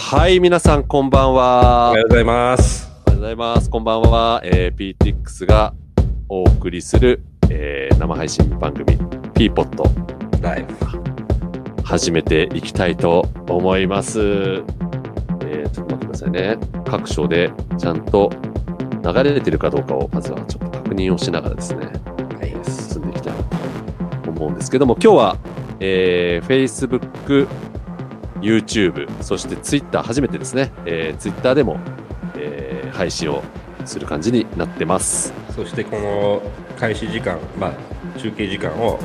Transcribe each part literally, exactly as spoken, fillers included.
はい、皆さんこんばんは。 おはようございます。 おはようございます。こんばんは。えー、ピーティックス がお送りする、えー、生配信番組 ピーポットライブ始めていきたいと思います。えー、ちょっと待ってくださいね。各所でちゃんと流れてるかどうかをまずはちょっと確認をしながらですね、はい、進んでいきたいと思うんですけども、今日は、えー、Facebook、YouTube、そして Twitter 初めてですね、えー、Twitter でも、えー、配信をする感じになってます。 そしてこの開始時間、まあ、中継時間を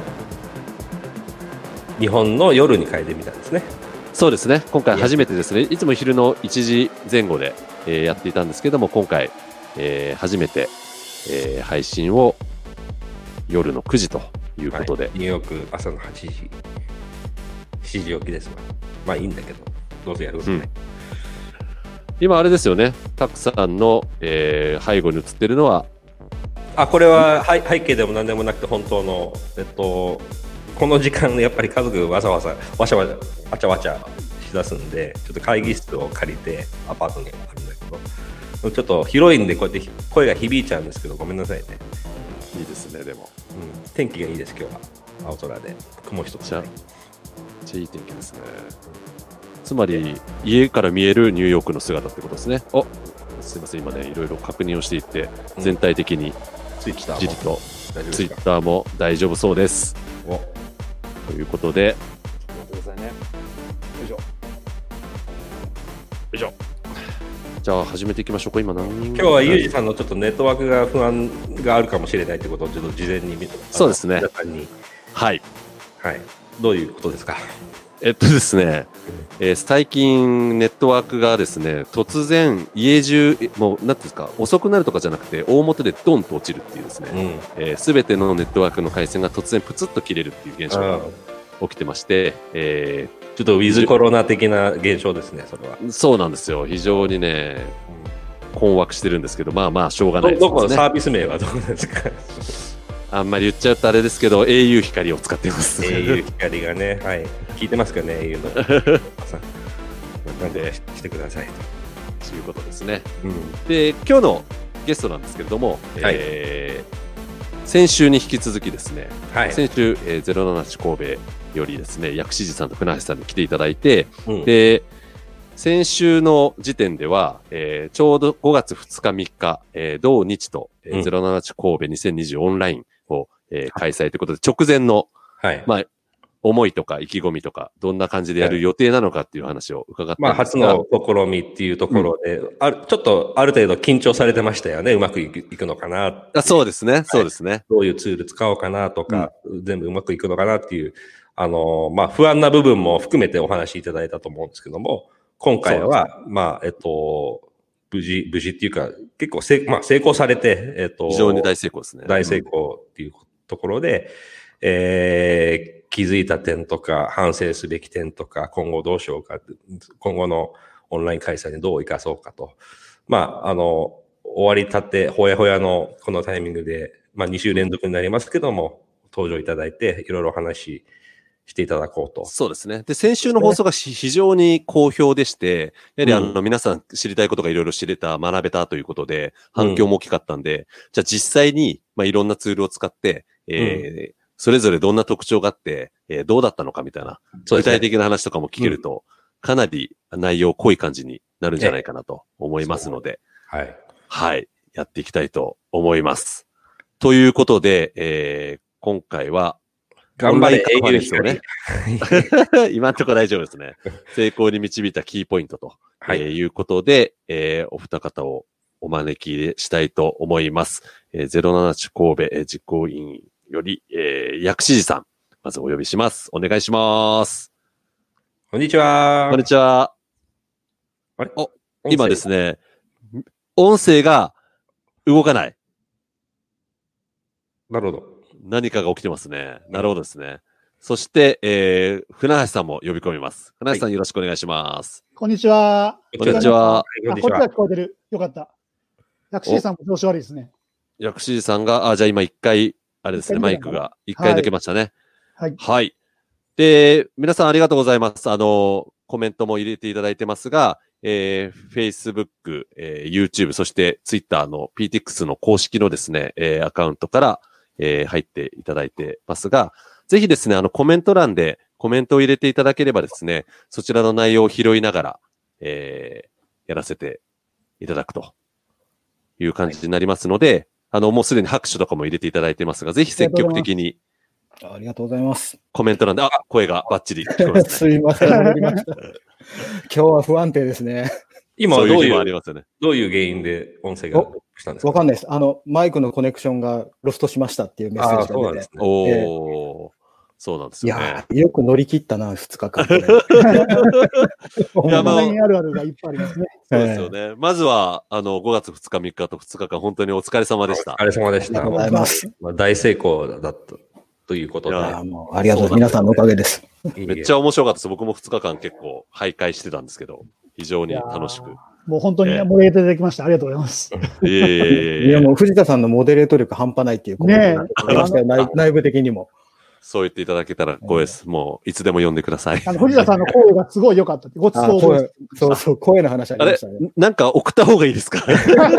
日本の夜に変えてみたんですね。 そうですね、今回初めてですね。いつも昼のいちじぜん後で、えー、やっていたんですけども、今回、えー、初めて、えー、配信を夜のくじということで、 はい、ニューヨーク朝のはちじしちじ起きですわ。まあいいんだけど、どうせやることない、うん、 今あれですよね、たくさんの、えー、背後に映ってるのはあ、これは背景でも何でもなくて本当の、えっと、この時間やっぱり家族わざわざわしゃわしゃわちゃわちゃしだすんで、ちょっと会議室を借りてアパートにあるんだけど、ちょっと広いんでこうやって声が響いちゃうんですけど、ごめんなさいね。 いいですね。でも、 うん、天気がいいです。今日は青空で雲一つない。 めっちゃいい天気ですね。つまり家から見えるニューヨークの姿ってことですね。お、すいません、今ねいろいろ確認をしていって、うん、全体的にツイッターもじりとツイッターも大丈夫そうです。おということで、 待ってくださいね。よいしょよいしょ。 じゃあ始めていきましょうか。今何人？ 今日はユージさんのちょっとネットワークが不安があるかもしれないということをちょっと事前に見て、 そうですね。 皆さんにはいはい、どういうことですか？ えっとですね、えー、最近ネットワークがですね、突然家中もうなんていうんですか、遅くなるとかじゃなくて大元でドンと落ちるっていうですね、すべ、うんえー、てのネットワークの回線が突然プツッと切れるっていう現象が起きてまして、えー、ちょっとウィズコロナ的な現象ですね。それはそうなんですよ。非常にね、うん、困惑してるんですけど、まあまあしょうがないですね。 どこのサービス名はどこですか？ あんまり言っちゃうとあれですけど、 エーユー 光を使っています。 エーユー 光がね、はい、聞いてますかね、エーユー のなんでしてくださいということですね、うん、で今日のゲストなんですけれども、はい、えー、先週に引き続きですね、はい、先週、えー、ゼロななはち神戸よりですね、薬師寺さんと船橋さんに来ていただいて、うん、で先週の時点では、えー、ちょうどごがつふつかみっか、えー、同日と、えー、ゼロななはち神戸にせんにじゅうオンラインを、えー、開催ということで、直前の、はい、まあ、思いとか意気込みとか、どんな感じでやる予定なのかっていう話を伺ったんですが、 まあ、初の試みっていうところで、うん、あるちょっとある程度緊張されてましたよね。うまくいく、いくのかな。 あ、そうですね、はい、そうですね。 どういうツール使おうかなとか、うん、全部うまくいくのかなっていう、あの、まあ、不安な部分も含めてお話しいただいたと思うんですけども、今回は、まあ、えっと、無事、無事っていうか、結構せ、まあ、成功されて、えっと、 非常に大成功ですね。 大成功っていうところで、うん、えー、気づいた点とか、反省すべき点とか、今後どうしようか、今後のオンライン開催にどう生かそうかと。まあ、あの、終わりたて、ほやほやのこのタイミングで、まあ、に週連続になりますけども、登場いただいて、いろいろお話ししていただこうと。 そうですね。で、先週の放送が非常に好評でして、やはりあの、うん、皆さん知りたいことがいろいろ知れた、学べたということで、反響も大きかったんで、うん、じゃあ実際に、まあ、いろんなツールを使って、えーうん、それぞれどんな特徴があって、えー、どうだったのかみたいな、具体的な話とかも聞けると、うん、かなり内容濃い感じになるんじゃないかなと思いますので、 はい。 はい。やっていきたいと思います。ということで、えー、今回は、 頑張れ、エーユーですよね。今のところ大丈夫ですね。成功に導いたキーポイントと、はいえー、いうことで、えー、お二方をお招きしたいと思います。えー、ゼロななはち神戸、えー、実行委員より、えー、薬師寺さん、まずお呼びします。お願いします。 こんにちは。 こんにちは。 あれお、今ですね、音声が動かない。 なるほど。 何かが起きてますね。なるほどですね。そして、えー、船橋さんも呼び込みます。船橋さん、はい、よろしくお願いします。 こんにちは。 こんにちは。 あ、こっちが聞こえてる。よかった。薬師さんも調子悪いですね。 薬師さんが、あ、じゃあ今一回、あれですね、マイクが一回抜けましたね。 はい。 はい。で、皆さんありがとうございます。あの、コメントも入れていただいてますが、 えー、Facebook、えー、YouTube、そして Twitter の ピーティックス の公式のですね、えー、アカウントから、えー、入っていただいてますが、ぜひですね、あのコメント欄でコメントを入れていただければですね、そちらの内容を拾いながら、えー、やらせていただくという感じになりますので、はい、あの、もうすでに拍手とかも入れていただいてますが、ぜひ積極的に。 ありがとうございます。 コメント欄で、あ、声がバッチリ聞こえますね。 すいません、戻りました。今日は不安定ですね。 今はどういう、 そういう日もありますよね。 どういう原因で音声がしたんですか？ わかんないです。あの、マイクのコネクションがロストしましたっていうメッセージが出て。 そうなんですね。 おー。そうなんですよね。 いや、よく乗り切ったな、ふつかかん。いや、まあ、あるあるがいっぱいありますね。 そうですよね。まずは、あの、ごがつふつかみっかとふつかかん、本当にお疲れ様でした。 お疲れ様でした。 ありがとうございます。 まあ、大成功だったということで。 いや、もう、ありがとうございます。皆さんのおかげです。 めっちゃ面白かったです。僕もふつかかん結構徘徊してたんですけど、非常に楽しく。 もう本当に盛り上げていただきました。ありがとうございます。 いやいやいやいや、もう藤田さんのモデレート力半端ないっていうことになってましたよ、内部的にも。 そう言っていただけたら光栄です。もう、いつでも呼んでください。 あの藤田さんの声がすごい良かったって。ごちそう声。そうそう、声の話ありましたね。 あれなんか送った方がいいですか？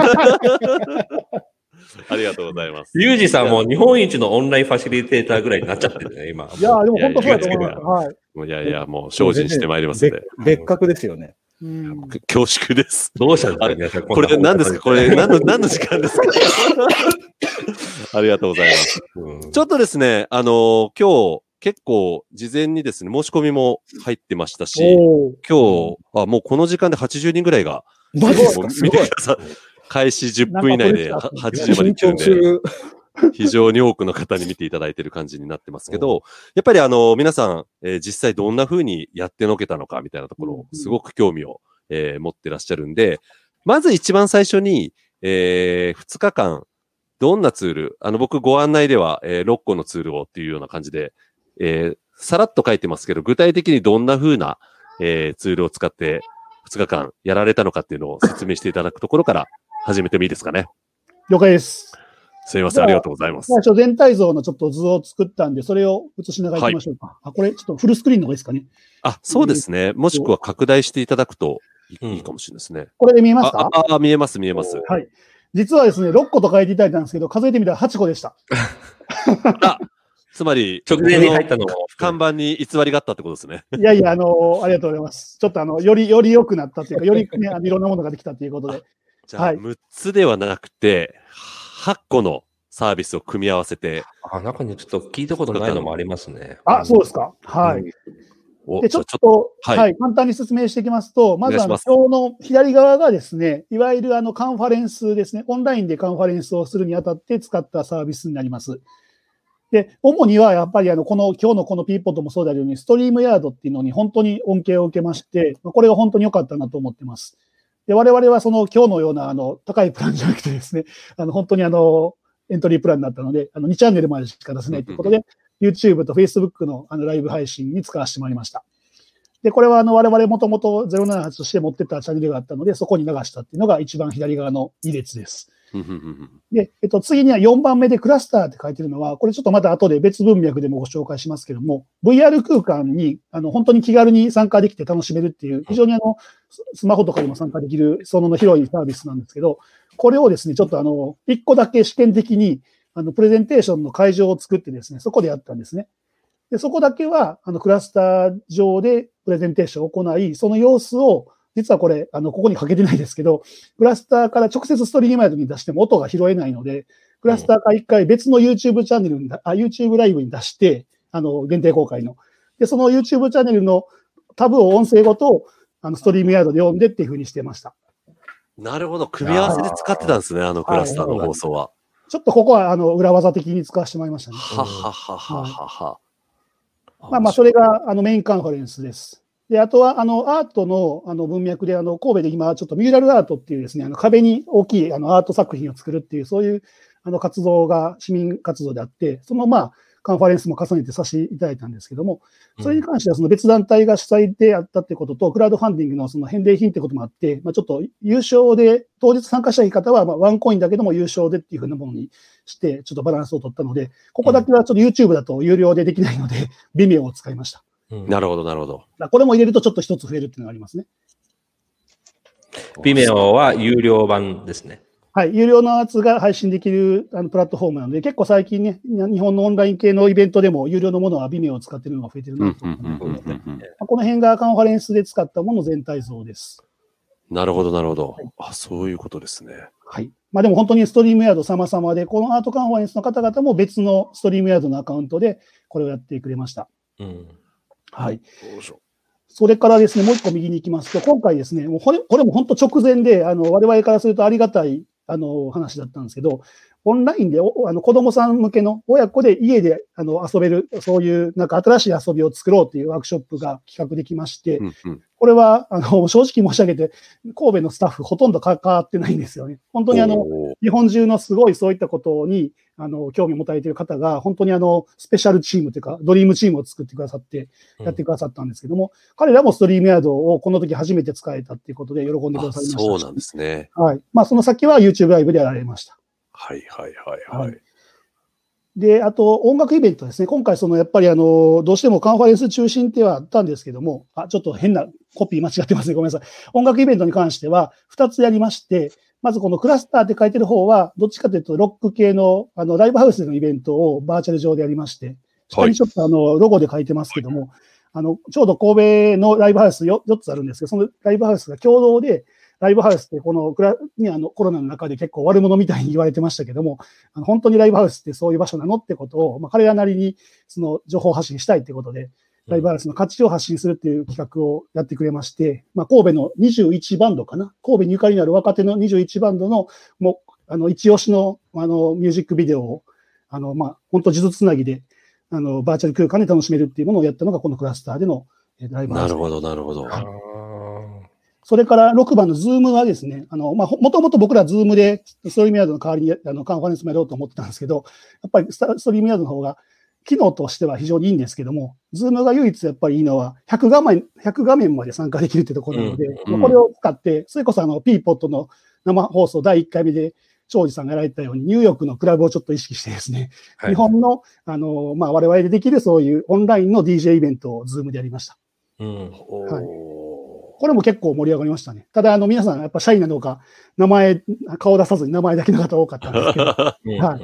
ありがとうございます。 ユージさんも日本一のオンラインファシリテーターぐらいになっちゃってるね、今。 いや、でも本当そうだと思います。はい。 いやいや、もう精進してまいりますので。 別格ですよね。 恐縮です。 どうしたんですか？ これ何ですか？これ何の、何の時間ですか？ありがとうございます。ちょっとですね、あの、今日、結構事前にですね、申し込みも入ってましたし、今日、あ、もうこの時間ではちじゅうにんぐらいが、 マジですか？ 見てください。開始じゅっぷん以内ではちじゅうまで行ってるんで、非常に多くの方に見ていただいている感じになってますけど、やっぱりあの、皆さん、えー、実際どんな風にやってのけたのかみたいなところ、すごく興味を、えー、持ってらっしゃるんで、まず一番最初に、えー、ふつかかん、どんなツール、あの、僕ご案内では、えー、ろっこのツールをっていうような感じで、えー、さらっと書いてますけど、具体的にどんな風な、えー、ツールを使ってふつかかんやられたのかっていうのを説明していただくところから始めてもいいですかね。 了解です。 すみません、ありがとうございます。 全体像のちょっと図を作ったんで、それを映しながらいきましょうか。はい、あ、これちょっとフルスクリーンの方がいいですかね。 あ、そうですね。もしくは拡大していただくといいかもしれないですね。うん、 これで見えますか？ ああ、見えます、見えます。 はい。実はですね、ろっこと書いていただいたんですけど、数えてみたらはちこでした。 あ、つまり、 直前に入ったのも看板に偽りがあったってことですね。 いやいや、あのー、ありがとうございます。ちょっとあの、より、より良くなったというか、よりね、いろんなものができたということで。 じゃあ、はい、むっつではなくて、はっこのサービスを組み合わせて。 あ、中にちょっと聞いたことないのもありますね。 あ、そうですか。はい。うんでちょっと、はい、はい、簡単に説明していきますと、まずあの、表の左側がですね、いわゆるあの、カンファレンスですね、オンラインでカンファレンスをするにあたって使ったサービスになります。で、主にはやっぱりあの、この、今日のこの ピーポッドもそうであるように、ストリームヤードっていうのに本当に恩恵を受けまして、これが本当に良かったなと思ってます。で、我々はその今日のようなあの、高いプランじゃなくてですね、あの、本当にあの、エントリープランになったので、あの、にチャンネルまでしか出せないということで、YouTube と Facebook のあの、ライブ配信に使わせてもらいました。で、これはあの我々もともとゼロななはちとして持ってったチャンネルがあったので、そこに流したっていうのが一番左側のに列です。で、えっと、次にはよんばんめでクラスターって書いてるのは、これちょっとまた後で別文脈でもご紹介しますけども、ブイアール 空間にあの本当に気軽に参加できて楽しめるっていう、非常にあの、スマホとかでも参加できる、その広いサービスなんですけど、これをですね、ちょっとあの、一個だけ試験的に、あの、プレゼンテーションの会場を作ってですね、そこでやったんですね。で、そこだけは、あの、クラスター上でプレゼンテーションを行い、その様子を、実はこれ、あの、ここにかけてないですけど、クラスターから直接ストリームヤードに出しても音が拾えないので、クラスターから一回別の YouTube チャンネルに、あ、YouTube ライブに出して、あの、限定公開の。で、その YouTube チャンネルのタブを音声ごと、あの、ストリームヤードで読んでっていう風にしてました。 なるほど。組み合わせで使ってたんですね、あのクラスターの放送は。 ちょっとここは、あの、裏技的に使わせてもらいましたね。 はははははは。 まあまあ、それが、あの、メインカンファレンスです。で、あとは、あの、アートの、あの、文脈で、あの、神戸で今、ちょっとミューラルアートっていうですね、あの、壁に大きい、あの、アート作品を作るっていう、そういう、あの、活動が、市民活動であって、その、まあ、カンファレンスも重ねてさせていただいたんですけども、それに関しては、その別団体が主催であったってことと、クラウドファンディングのその返礼品ってこともあって、まあ、ちょっと優勝で、当日参加したい方は、まあ、ワンコインだけでも優勝でっていうふうなものにして、ちょっとバランスを取ったので、ここだけはちょっと YouTube だと有料でできないので、微妙を使いました。 なるほど、なるほど。 これも入れるとちょっと一つ増えるっていうのがありますね。 Vimeo は有料版ですね。 はい。有料のやつが配信できるあのプラットフォームなので、結構最近ね、日本のオンライン系のイベントでも有料のものは Vimeo を使っているのが増えてるなと思うので、この辺がカンファレンスで使ったもの全体像です。 なるほど、なるほど。はい、あ、そういうことですね。 はい。まあでも本当にストリームヤード様々で、このアートカンファレンスの方々も別のストリームヤードのアカウントでこれをやってくれました。うん、はい。それからですね、もう一個右に行きますと、今回ですね、もうこれ、これも本当直前で、あの、我々からするとありがたい、あの、話だったんですけど、オンラインでおあの子供さん向けの親子で家であの遊べる、そういうなんか新しい遊びを作ろうというワークショップが企画できまして、うんうん、これはあの正直申し上げて、神戸のスタッフほとんど関わってないんですよね。本当にあの日本中のすごいそういったことにあの興味を持たれている方が、本当にあのスペシャルチームというか、ドリームチームを作ってくださって、やってくださったんですけども、うん、彼らもストリームヤードをこの時初めて使えたということで喜んでくださいました。 そうなんですね。 はい。まあその先は YouTube ライブでやられました。 はいはいはいはい。はい、 で、あと音楽イベントですね。今回そのやっぱりあの、どうしてもカンファレンス中心ではあったんですけども、あ、ちょっと変なコピー間違ってますね。ごめんなさい。音楽イベントに関してはふたつやりまして、まずこのクラスターって書いてる方は、どっちかというとロック系のあのライブハウスでのイベントをバーチャル上でやりまして、下にちょっとあの、ロゴで書いてますけども、はい、あの、ちょうど神戸のライブハウス 4, よっつあるんですけど、そのライブハウスが共同で、ライブハウスってこのクラ、ね、あのコロナの中で結構悪者みたいに言われてましたけども、あの本当にライブハウスってそういう場所なのってことを、まあ、彼らなりにその情報発信したいってことで、ライブハウスの価値を発信するっていう企画をやってくれまして、まあ、神戸のにじゅういちバンドかな、神戸にゆかりのある若手のにじゅういちバンドの、もう、あの、一押しの、あの、ミュージックビデオを、あの、まあ、本当数珠つなぎで、あの、バーチャル空間で楽しめるっていうものをやったのが、このクラスターでのライブハウス。 なるほど、なるほど。 それからろくばんのズームはですね、あの、まあ、もともと僕らズームでストリームヤードの代わりにあのカンファレンスもやろうと思ってたんですけど、やっぱりストリームヤードの方が機能としては非常にいいんですけども、ズームが唯一やっぱりいいのはひゃく画面、ひゃく画面まで参加できるってところなので、うんうん、これを使って、それこそあの、ピーポットの生放送だいいっかいめで、庄司さんがやられたように、ニューヨークのクラブをちょっと意識してですね、はい、日本の、あの、まあ、我々でできるそういうオンラインの ディージェー イベントをズームでやりました。うん、はい。これも結構盛り上がりましたね。ただ、あの、皆さん、やっぱ社員なのか、名前、顔出さずに名前だけの方多かったんですけど、はい。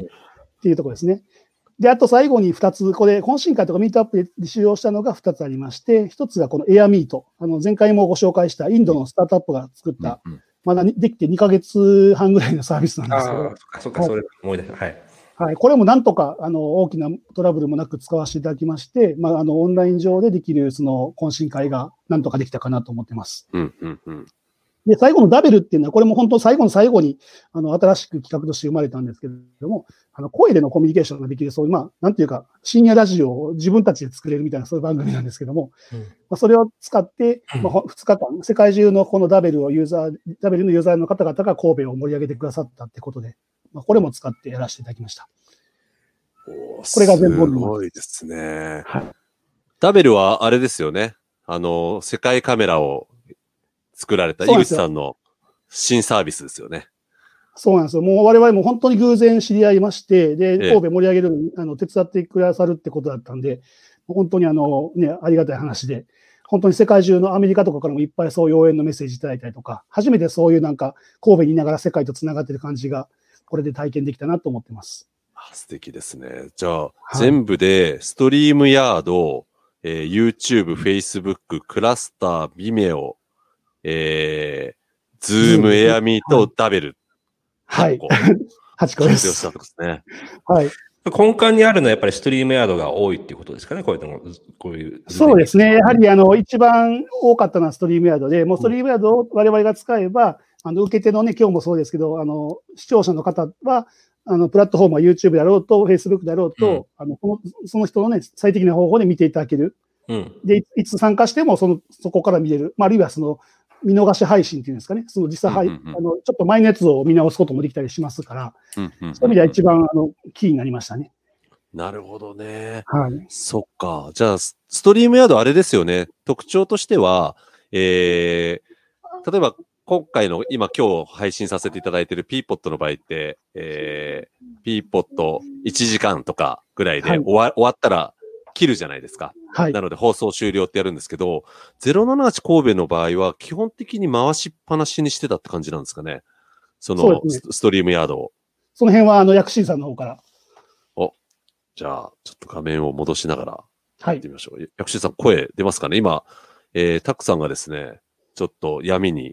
っていうところですね。で、あと最後にふたつ、これ、懇親会とかミートアップで使用したのがふたつありまして、ひとつがこのエアミート。あの、前回もご紹介したインドのスタートアップが作った、うんうん、まだできてにかげつはんぐらいのサービスなんですけど。 ああ、そっか、それ思い出した。はい。 はい。これもなんとか、あの、大きなトラブルもなく使わせていただきまして、まあ、あの、オンライン上でできる、その、懇親会がなんとかできたかなと思ってます。うんうんうん。で、最後のダベルっていうのは、これも本当最後の最後に、あの、新しく企画として生まれたんですけれども、あの、声でのコミュニケーションができる、そういう、まあ、なんていうか、深夜ラジオを自分たちで作れるみたいな、そういう番組なんですけども、うん、まあ、それを使って、まあ、ふつかかん、世界中のこのダベルをユーザー、ダベルのユーザーの方々が神戸を盛り上げてくださったってことで、まあ、これも使ってやらせていただきました。これが全部すごいですね。はい、ダベルはあれですよね。あの、世界カメラを作られた井口さんの新サービスですよね。 そうなんですよ。もう我々も本当に偶然知り合いまして、で、神戸盛り上げるのに、あの手伝ってくださるってことだったんで、本当にあの、ね、ありがたい話で、本当に世界中のアメリカとかからもいっぱいそういう応援のメッセージいただいたりとか、初めてそういうなんか神戸にいながら世界とつながってる感じが、これで体験できたなと思ってます。 素敵ですね。じゃあ、はい、全部で、ストリームヤード、えー、YouTube、Facebook、クラスター、Vimeo、えー、Zoom、エアミーとダベル。 はい。はちこです。 活用したんですね。 はい。 根幹にあるのはやっぱりストリームヤードが多いっていうことですかね、こういうの、こういう。 そうですね。やはり、あの、一番多かったのはストリームヤードで、もうストリームヤードを我々が使えば、あの、受け手のね、今日もそうですけど、あの、視聴者の方は、あの、プラットフォームは YouTube だろうと、Facebook だろうと、うん、あの、この、その人のね、最適な方法で見ていただける。うん、で、いつ参加しても、その、そこから見れる。まあ、あるいはその、見逃し配信っていうんですかね。その実際、うんうんうん、あの、ちょっと前のやつを見直すこともできたりしますから、うんうんうんうん、そういう意味では一番、あの、キーになりましたね。 なるほどね。 はい。 そっか。じゃあ、ストリームヤードあれですよね。特徴としては、えー、例えば、今回の、今今日配信させていただいている ピーポット の場合って、えー、ピーポットいちじかんとかぐらいで終わ、はい、終わったら切るじゃないですか。 はい。 なので放送終了ってやるんですけど、ゼロななはち神戸の場合は基本的に回しっぱなしにしてたって感じなんですかね。そのそうですね、 ストリームヤードを。 その辺はあの薬師さんの方から。 お、じゃあちょっと画面を戻しながらはい。 やってみましょう。薬師さん声出ますかね。今、えー、タクさんがですね、ちょっと闇に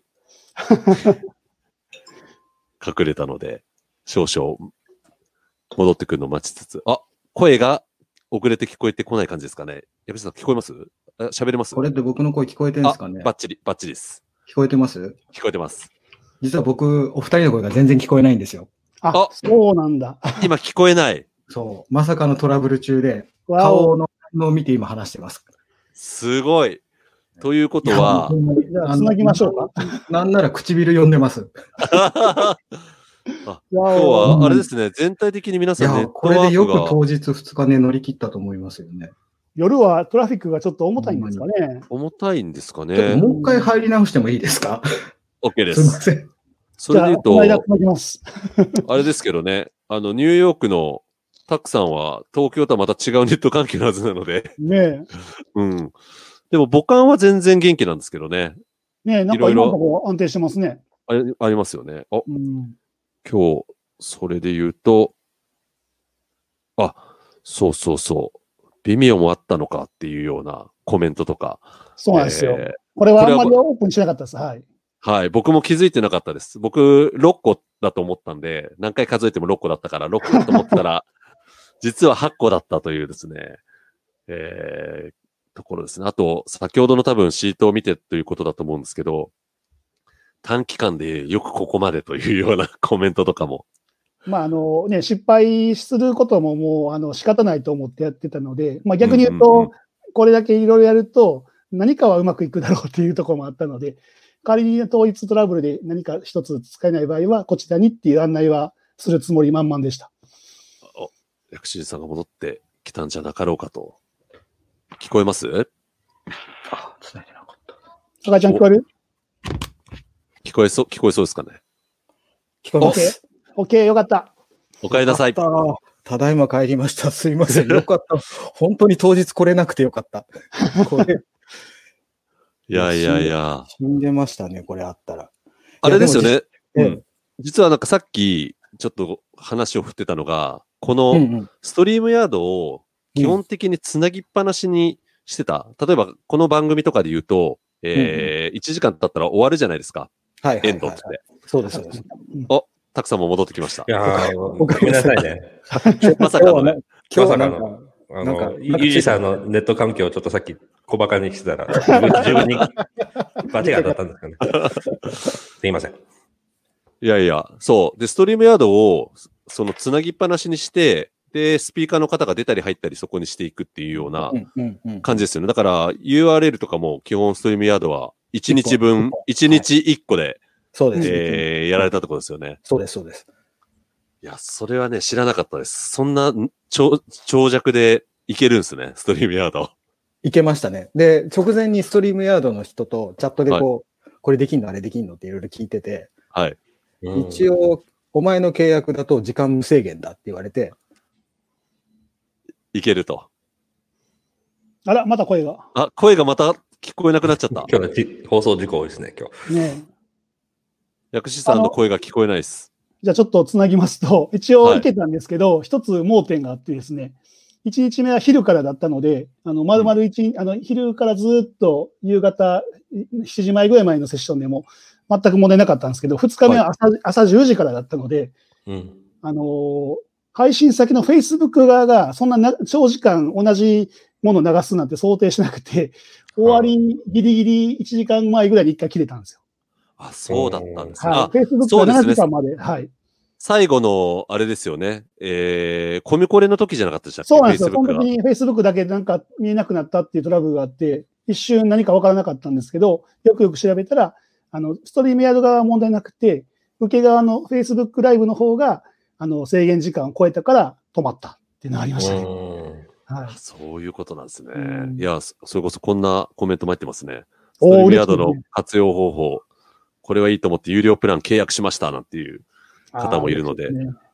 隠れたので、少々戻ってくるのを待ちつつ、あ、声が遅れて聞こえてこない感じですかね。薬師さん聞こえます？喋れます？ これって僕の声聞こえてるんですかね？ バッチリ、バッチリです。 聞こえてます？ 聞こえてます。 実は僕、お二人の声が全然聞こえないんですよ。 あ、そうなんだ。 今聞こえない。 そう。まさかのトラブル中で、顔の反応を見て今話してます。 すごい。ということは、 じゃあ、つなぎましょうか。 なんなら唇読んでます。 あ今日は、あれですね、全体的に皆さんネットワークが。 これでよく当日ふつかね、乗り切ったと思いますよね。 夜はトラフィックがちょっと重たいんですかね。 重たいんですかね。 もう一回入り直してもいいですか？ OK です。 すいません。 それで言うと、 あ, あれですけどね、あの、ニューヨークのタクさんは東京とはまた違うネット環境のはずなので。 ねえ。 うん。でも母艦は全然元気なんですけどね。 ねえ、なんか今のところ安定してますね。 あり、ありますよね。あ、 うん、 今日、それで言うと、あ、そうそうそう。微妙もあったのかっていうようなコメントとか。 そうなんですよ。えー、これはあんまりオープンしなかったです。はい。 はい。僕も気づいてなかったです。僕、ろっこだと思ったんで、何回数えてもろっこだったから、ろっこだと思ったら、実ははっこだったというですね、えー、ところですね。あと、先ほどの多分シートを見てということだと思うんですけど、短期間でよくここまでというようなコメントとかも。 まあ、あのね、失敗することももう、あの、仕方ないと思ってやってたので、まあ逆に言うと、うんうんうん、これだけいろいろやると、何かはうまくいくだろうっていうところもあったので、仮に統一トラブルで何か一つ使えない場合は、こちらにっていう案内はするつもり満々でした。 お、薬師さんが戻ってきたんじゃなかろうかと。聞こえます？ あ、伝えてなかった。 赤ちゃん聞こえる？ 聞こえそう、聞こえそうですかね。 聞こえます。 オッケー、よかった。 お帰りなさい。 た, ただいま帰りました。すいません。よかった。本当に当日来れなくてよかった。これ。 いやいやいや。 死んでましたね、これあったら。 あれですよね。 うん。 実はなんかさっき、ちょっと話を振ってたのが、このストリームヤードを基本的につなぎっぱなしにしてた。例えば、この番組とかで言うと、えー、いちじかん経ったら終わるじゃないですか。 はい。 エンドって。 そうです、そうです。 お、たくさんも戻ってきました。 いやー、ごめんなさいね。 まさかのね。 まさかの。あの、ゆうじさんのネット環境をちょっとさっき小馬鹿にしてたら、自分にバチが当たったんですかね。すいません。 いやいや、そう。で、ストリームヤードを、そのつなぎっぱなしにして、で、スピーカーの方が出たり入ったりそこにしていくっていうような感じですよね。だから、ユーアールエル とかも基本ストリームヤードはいちにちぶん、いちにちいっこで、 そうです。 えー、やられたところですよね。 そうです、そうです。 いや、それはね、知らなかったです。そんな長、長尺でいけるんですね、ストリームヤード。 いけましたね。で、直前にストリームヤードの人とチャットでこう、はい、これできんのあれできんのっていろいろ聞いてて、 はい。 一応、お前の契約だと時間無制限だって言われて、 いけると。 あら、また声が。 あ、声がまた聞こえなくなっちゃった。 今日の放送事故多いですね、今日。 ねえ。 薬師さんの声が聞こえないです。 じゃあちょっとつなぎますと、一応いけたんですけど、一、はい、つ盲点があってですね、いちにちめは昼からだったので、あの、丸々一、うん、あの、昼からずっと夕方しちじまえぐらい前のセッションでも全く問題なかったんですけど、ふつかめは朝、はい、朝じゅうじからだったので、 うん、 あのー、配信先の Facebook 側がそんなな長時間同じものを流すなんて想定しなくて、終わりギリギリいちじかんまえぐらいにいっかい切れたんですよ。 あ、そうだったんですね。 はい。Facebook がななじかんまで。はい。 最後の、あれですよね。えー、コミコレの時じゃなかったでしたっけ？ そうなんですよ。その時に Facebook だけなんか見えなくなったっていうトラブルがあって、一瞬何かわからなかったんですけど、よくよく調べたら、あの、ストリームヤード側は問題なくて、受け側の Facebook ライブの方が、あの、制限時間を超えたから止まったっていうのがありましたね。 はい、そういうことなんですね。いや、それこそこんなコメントも入ってますね。ストおリームヤードの活用方法。これはいいと思って有料プラン契約しましたなんていう方もいるので。ね、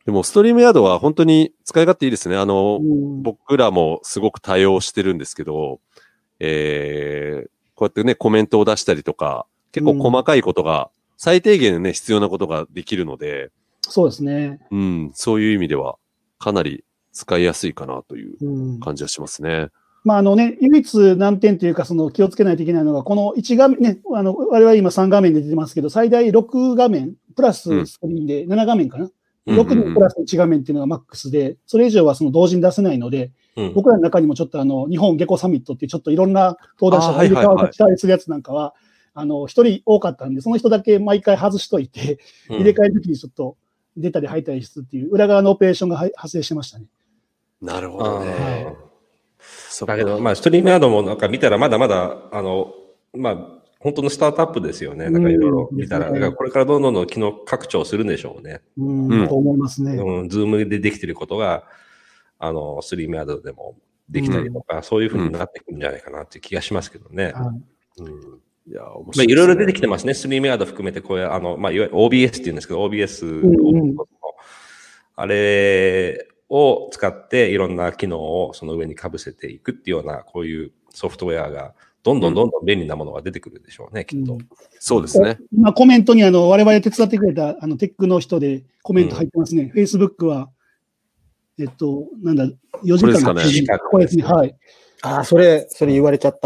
でも、ストリームヤードは本当に使い勝手いいですね。あの、 うん、 僕らもすごく対応してるんですけど、えー、こうやってね、コメントを出したりとか、結構細かいことが、最低限ね、必要なことができるので、 そうですね。 うん、そういう意味では、かなり使いやすいかなという感じはしますね。うん、 まあ、あのね、唯一難点というか、その気をつけないといけないのが、このいち画面ね、あの、我々今さん画面で出てますけど、最大ろく画面、プラススクリーンでなな画面かな。うん、ろくにんプラスいち画面っていうのがマックスで、それ以上はその同時に出せないので、うん、僕らの中にもちょっとあの、日本ゲコサミットっていうちょっといろんな登壇者が入れ替わって期待するやつなんかは、あの、一人多かったんで、その人だけ毎回外しといて、入れ替えるときにちょっと出たり入ったりするっていう、裏側のオペレーションが発生してましたね。 なるほどね。 だけど、まあ、ストリームヤードもなんか見たらまだまだ、あの、まあ、本当のスタートアップですよね。なんかいろいろ見たら、だからこれからどんどんどん機能拡張するんでしょうね。 うん、と思いますね。 うん、ズームでできてることが、あの、ストリームヤードでもできたりとか、うん、そういうふうになってくるんじゃないかなっていう気がしますけどね。うん、うん、いや、面白いですね。まあ、いろいろ出てきてますね。ストリームヤード含めて、こういう、あの、まあ、いわゆる オービーエス って言うんですけど、オービーエス、うんうん、あれを使っていろんな機能をその上に被せていくっていうような、こういうソフトウェアが、どんどんどんどん便利なものが出てくるでしょうね、うん、きっと。うん、 そうですね。 今コメントにあの、我々手伝ってくれたあのテックの人でコメント入ってますね。うん、Facebook は、えっと、なんだ、よじかんのはちじかん。これですね。はい。 ああ、それ、それ言われちゃった。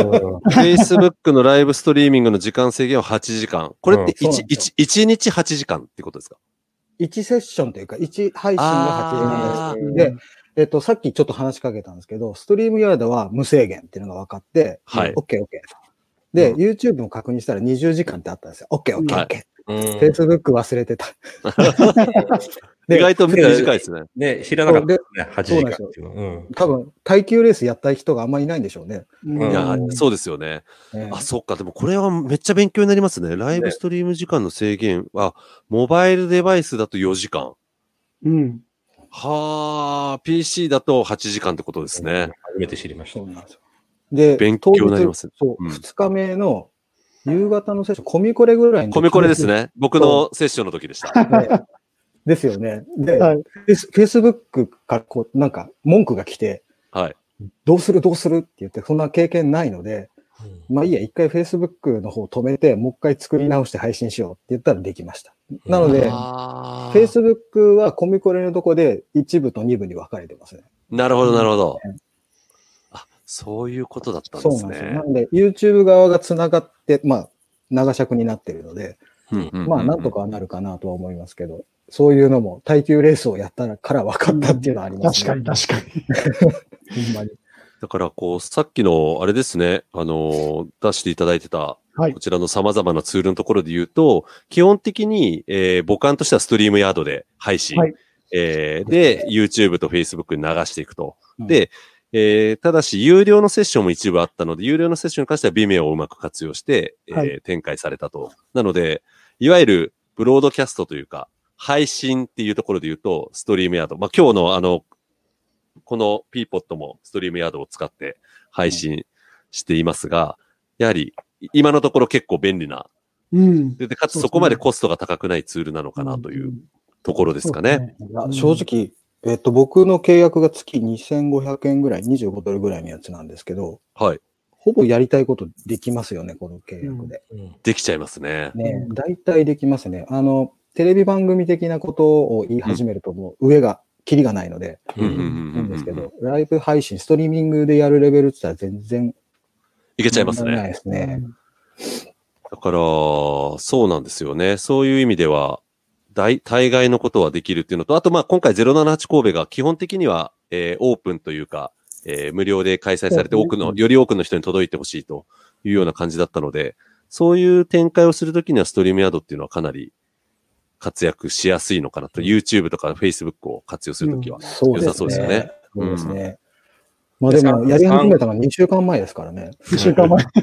Facebook のライブストリーミングの時間制限ははちじかん。これって 1, 1, いちにちはちじかんってことですか？ いちセッションというか、いち配信がはちじかんです。で、えっと、さっきちょっと話しかけたんですけど、ストリームヤードは無制限っていうのが分かって、はい。OK、OK。で、うん、YouTube も確認したらにじゅうじかんってあったんですよ。OK、OK、OK。Facebook 忘れてた。 意外と短いですね。 ね、知らなかったですね。はちじかんっていうの。うん、 多分、耐久レースやった人があんまりいないんでしょうね。 うん、いや、そうですよね。ねあ、そっか。でもこれはめっちゃ勉強になりますね。ライブストリーム時間の制限は、ね、モバイルデバイスだとよじかん。 うん。 はあ、ピーシー だとはちじかんってことですね。 初めて知りました。 そうなんですよ。で、 勉強になります。 そう、うん、ふつかめの夕方のセッション、コミコレぐらいの。 コミコレですね。僕のセッションの時でした。 ね、ですよね。で、はい、Facebook からこう、なんか文句が来て、 はい。 どうするどうするって言って、そんな経験ないので、うん、まあいいや、一回 Facebook の方止めて、もう一回作り直して配信しようって言ったらできました。なので、Facebook はコミコレのとこで一部と二部に分かれてますね。 なるほど、なるほど。あ、そういうことだったんですね。そうなんですよ。 なので、YouTube 側が繋がって、まあ、長尺になっているので、うんうんうん、まあ、なんとかはなるかなとは思いますけど、そういうのも耐久レースをやったから分かったっていうのはありますね。うん、確かに、確かに。ほんまに。 だから、こう、さっきの、あれですね、あの、出していただいてた、はい、こちらの様々なツールのところで言うと、基本的に、えー、母艦としてはストリームヤードで配信。はい、えー、で、YouTube と Facebook に流していくと。うん、で、えー、ただし、有料のセッションも一部あったので、有料のセッションに関しては Vimeo をうまく活用して、えーはい、展開されたと。なので、いわゆるブロードキャストというか、配信っていうところで言うと、ストリームヤード。まあ、今日のあの、この ピーポット もストリームヤードを使って配信していますが、うん、やはり今のところ結構便利な、うん、で、かつそこまでコストが高くないツールなのかなというところですかね。 うんうん、正直、えっと、僕の契約が月にせんごひゃくえんぐらい、にじゅうごドルぐらいのやつなんですけど、 はい。 ほぼやりたいことできますよね、この契約で。 うん、できちゃいますね。 ね、大体できますね。あの、テレビ番組的なことを言い始めると、もう上が、キリがないので、なんですけど、ライブ配信、ストリーミングでやるレベルって言ったら全然いけちゃいますね。 ないですね。 だから、そうなんですよね。そういう意味では、大、大概のことはできるっていうのと、あとまあ今回ゼロななはち神戸が基本的には、えー、オープンというか、えー、無料で開催されて多くの、より多くの人に届いてほしいというような感じだったので、そういう展開をするときにはストリームヤードっていうのはかなり活躍しやすいのかなと、YouTube とか Facebook を活用するときは良さそうですよね。 そうですね。まあでも、やり始めたのはにしゅうかんまえですからね。 にしゅうかんまえ。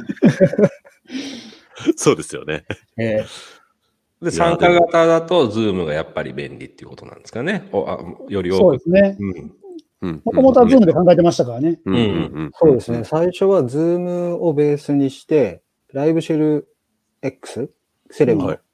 そうですよね。 えー、で、参加型だと、Zoom がやっぱり便利っていうことなんですかね。おあより多く。 そうですね。もともとは Zoom で考えてましたからね。 そうですね。最初は Zoom をベースにして、ライブシェル X、セレブ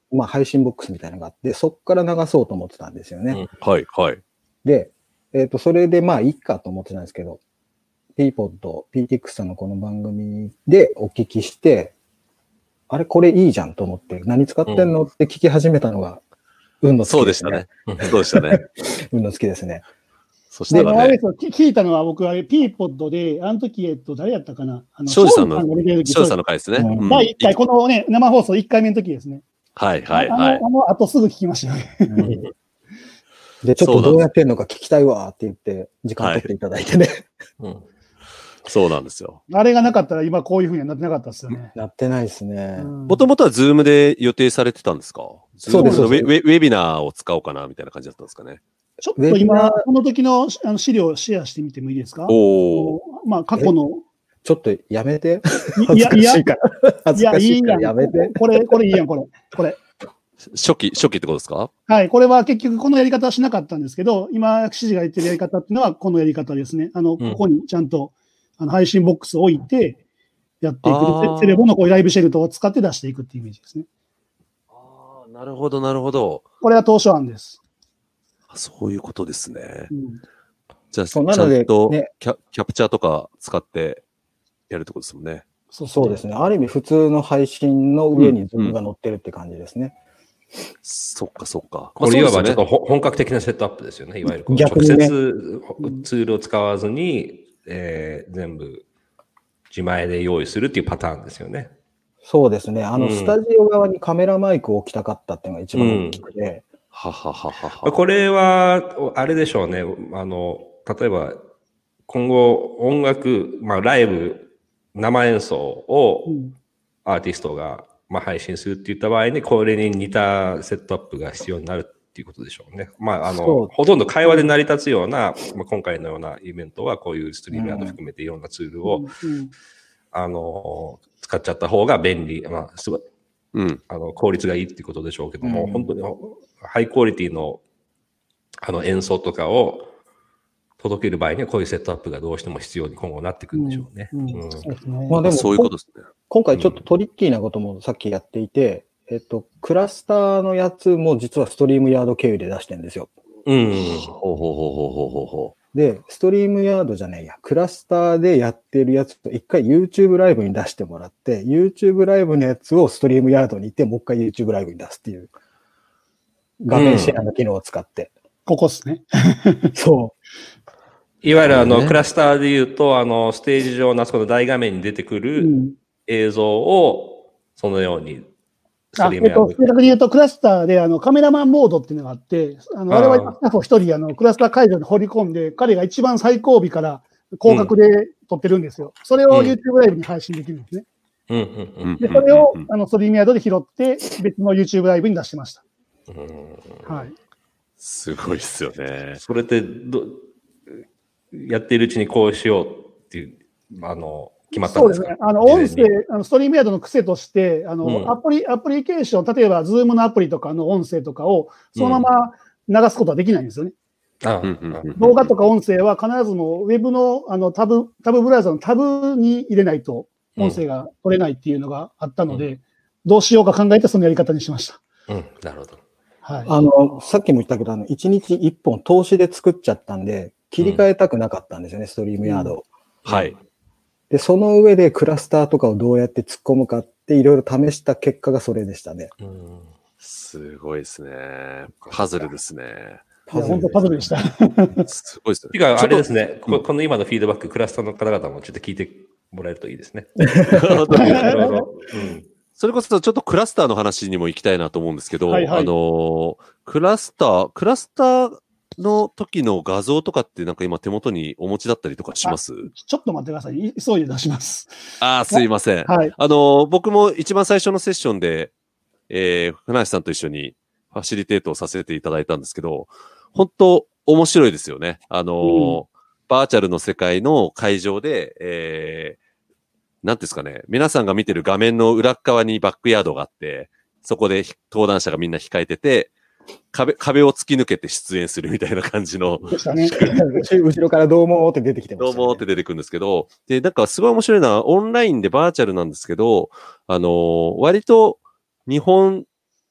まあ配信ボックスみたいなのがあって、そこから流そうと思ってたんですよね。うん、 はい、はい。 で、えっ、ー、と、それでまあいいかと思ってたんですけど、ピーポッド、ピーティックス さんのこの番組でお聞きして、あれこれいいじゃんと思って、何使ってんのって聞き始めたのが、運の月ですね。 そうでしたね。そうでしたね。 運の月ですね。 そして、ね、聞いたのは僕、あれ、ピーポッドで、あの時、えっと、誰やったかなあの、 庄司さんの、庄司さんの回ですね。 うん、第いっかい、このね、生放送いっかいめの時ですね。 はいはいはい。 あの、あの後すぐ聞きましたよね。 うんで、ちょっとどうやってんのか聞きたいわって言って、時間取っていただいてね。 はいうん、そうなんですよ。 あれがなかったら今こういう風にはなってなかったですよね。 なってないですね。 もともとはズームで予定されてたんですか？ そうです。ウェ、ウェビナーを使おうかなみたいな感じだったんですかね。 ちょっと今、この時のあの資料をシェアしてみてもいいですか？おまあ、過去の。 ちょっとやめて。 いや、いや、いや、いいやん。やめて。 これ、これいいやん、これ。これ。 初期、初期ってことですか？ はい。これは結局このやり方はしなかったんですけど、今、薬師寺が言ってるやり方っていうのはこのやり方ですね。あの、ここにちゃんとあの配信ボックスを置いてやっていく。セレボのこうライブシェルトを使って出していくっていうイメージですね。 ああ、なるほど、なるほど。 これは当初案です。 そういうことですね。うん、じゃあ、 そうちゃんとキャ、キャプチャーとか使ってやるってことですもんね。 そうそうですね。ある意味普通の配信の上にズームが乗ってるって感じですね。 うんそっかそっか。 これいわばちょっと本格的なセットアップですよね。いわゆるこう直接ツールを使わずに、えー、全部自前で用意するっていうパターンですよね。 そうですね。あの、うん、スタジオ側にカメラマイクを置きたかったっていうのが一番大きくて。うん、 はははは。 これは、あれでしょうね。あの、例えば、今後音楽、まあライブ、生演奏をアーティストが、まあ、配信するって言った場合に、これに似たセットアップが必要になるっていうことでしょうね。まあ、あの、ほとんど会話で成り立つような、まあ、今回のようなイベントは、こういうストリームヤード含めていろんなツールを、うんうん、あの、使っちゃった方が便利、まあ、すごい、うん、あの、効率がいいっていうことでしょうけども、うん、本当にハイクオリティの、あの、演奏とかを、届ける場合にはこういうセットアップがどうしても必要に今後なってくるんでしょうね。 まあでもそういうことですね。 今回ちょっとトリッキーなこともさっきやっていて、うん、えっと、クラスターのやつも実はストリームヤード経由で出してるんですよ。 うん。ほうほうほうほうほうほう。で、ストリームヤードじゃないや、クラスターでやってるやつと一回 YouTube ライブに出してもらって、YouTube ライブのやつをストリームヤードに行って、もう一回 YouTube ライブに出すっていう画面シェアの機能を使って。 うん、ここっすね。 そう。 いわゆるあの、クラスターで言うと、あの、ステージ上のあそこの大画面に出てくる映像を、そのように、 ストリームやる。あ、えっと、正確に言うと、クラスターで、あの、カメラマンモードっていうのがあって、あの、我々スタッフを一人、あの、クラスター会場に放り込んで、彼が一番最後尾から広角で撮ってるんですよ。うん、それを YouTube ライブに配信できるんですね。 うんうんうん、 で、それを、あの、ストリームヤードで拾って、別の YouTube ライブに出してました。 うん、 はい。 すごいっすよね。 それってど、やっているうちにこうしようっていう、あの、決まったんですか？ そうですね。あの、音声、あのストリームヤードの癖として、あの、うん、アプリ、アプリケーション、例えば、ズームのアプリとかの音声とかを、そのまま流すことはできないんですよね。 うん、 動画とか音声は必ずもウェブの、あの、タブ、タブブラウザのタブに入れないと、音声が取れないっていうのがあったので、うん、どうしようか考えてそのやり方にしました。 うん、なるほど。 はい。 あの、さっきも言ったけど、あの、いちにちいっぽん投資で作っちゃったんで、切り替えたくなかったんですよね、うん、ストリームヤードを、 うん。はい。 で、その上でクラスターとかをどうやって突っ込むかっていろいろ試した結果がそれでしたね。 うん、すごいですね。パズルですね。 いや、本当パズルでした。 すごいですね。 てか、あれですね、こ、この今のフィードバック、クラスターの方々もちょっと聞いてもらえるといいですね。 それこそちょっとクラスターの話にも行きたいなと思うんですけど、はいはい、あの、クラスター、クラスターの時の画像とかってなんか今手元にお持ちだったりとかします？ ちょっと待ってください。急いで出します。 ああ、すいません。はい。あの、僕も一番最初のセッションで、えー、船橋さんと一緒にファシリテートをさせていただいたんですけど、本当面白いですよね。あの、うん、バーチャルの世界の会場で、えー、なんですかね、皆さんが見てる画面の裏側にバックヤードがあって、そこで登壇者がみんな控えてて、壁、壁を突き抜けて出演するみたいな感じの。 でしたね。後ろからどうもって出てきてました、ね。 どうもって出てくるんですけど、で、なんかすごい面白いのは、オンラインでバーチャルなんですけど、あのー、割と日本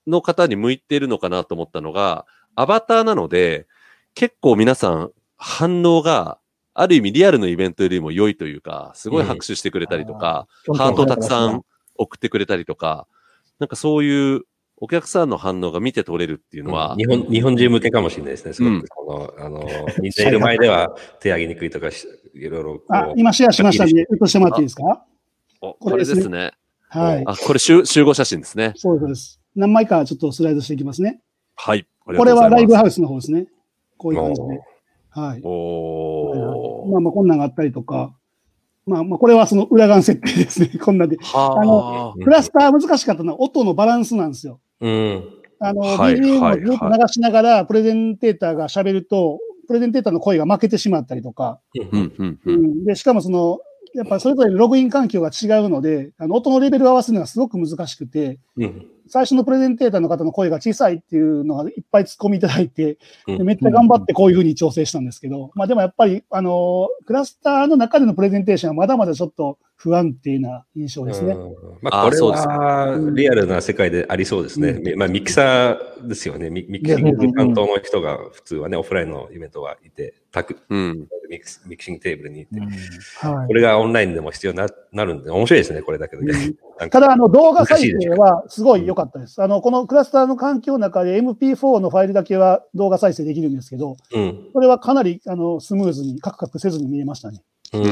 の方に向いているのかなと思ったのが、アバターなので、結構皆さん反応が、ある意味リアルのイベントよりも良いというか、すごい拍手してくれたりとか、うん、ハートをたくさん送ってくれたりとか、なんかそういうお客さんの反応が見て取れるっていうのは。 うん、日本、日本人向けかもしれないですね。すごく、うん、この、あの、似ている前では手上げにくいとか、いろいろ。 あ、今シェアしましたんで、映してもらっていいですか？ これですね。 はい。 あ、これ集合写真ですね。 そうです。何枚かちょっとスライドしていきますね。 はい。 これはライブハウスの方ですね。こういう感じで。はい。 おまあまあ、こんなんがあったりとか。まあまあ、これはその裏側設定ですね。こんなんで。あの、クラスター難しかったのは音のバランスなんですよ。 うん。 あの、はい、ビージーエム をずっと流しながら、プレゼンテーターが喋ると、プレゼンテーターの声が負けてしまったりとか。 うんうんうんうん、で、しかもその、やっぱそれぞれログイン環境が違うので、あの、音のレベルを合わせるのがすごく難しくて、 うん、 最初のプレゼンテーターの方の声が小さいっていうのがいっぱい突っ込みいただいて、でめっちゃ頑張ってこういうふうに調整したんですけど、まあでもやっぱり、あの、クラスターの中でのプレゼンテーションはまだまだちょっと不安定な印象ですね。 まあこれはリアルな世界でありそうですね。うん、まあミキサーですよね。ミキシング担当の人が普通はね、オフラインのイベントはいて、タク、うん、ミキミキシングテーブルに行って、うんはい、これがオンラインでも必要に な, なるんで、面白いですね、これだけどね。 うん、ただ、あの、動画再生はすごい良かったです。あの、このクラスターの環境の中で エムピーフォー のファイルだけは動画再生できるんですけど、 うん、 それはかなり、あの、スムーズにカクカクせずに見えましたね。 うん、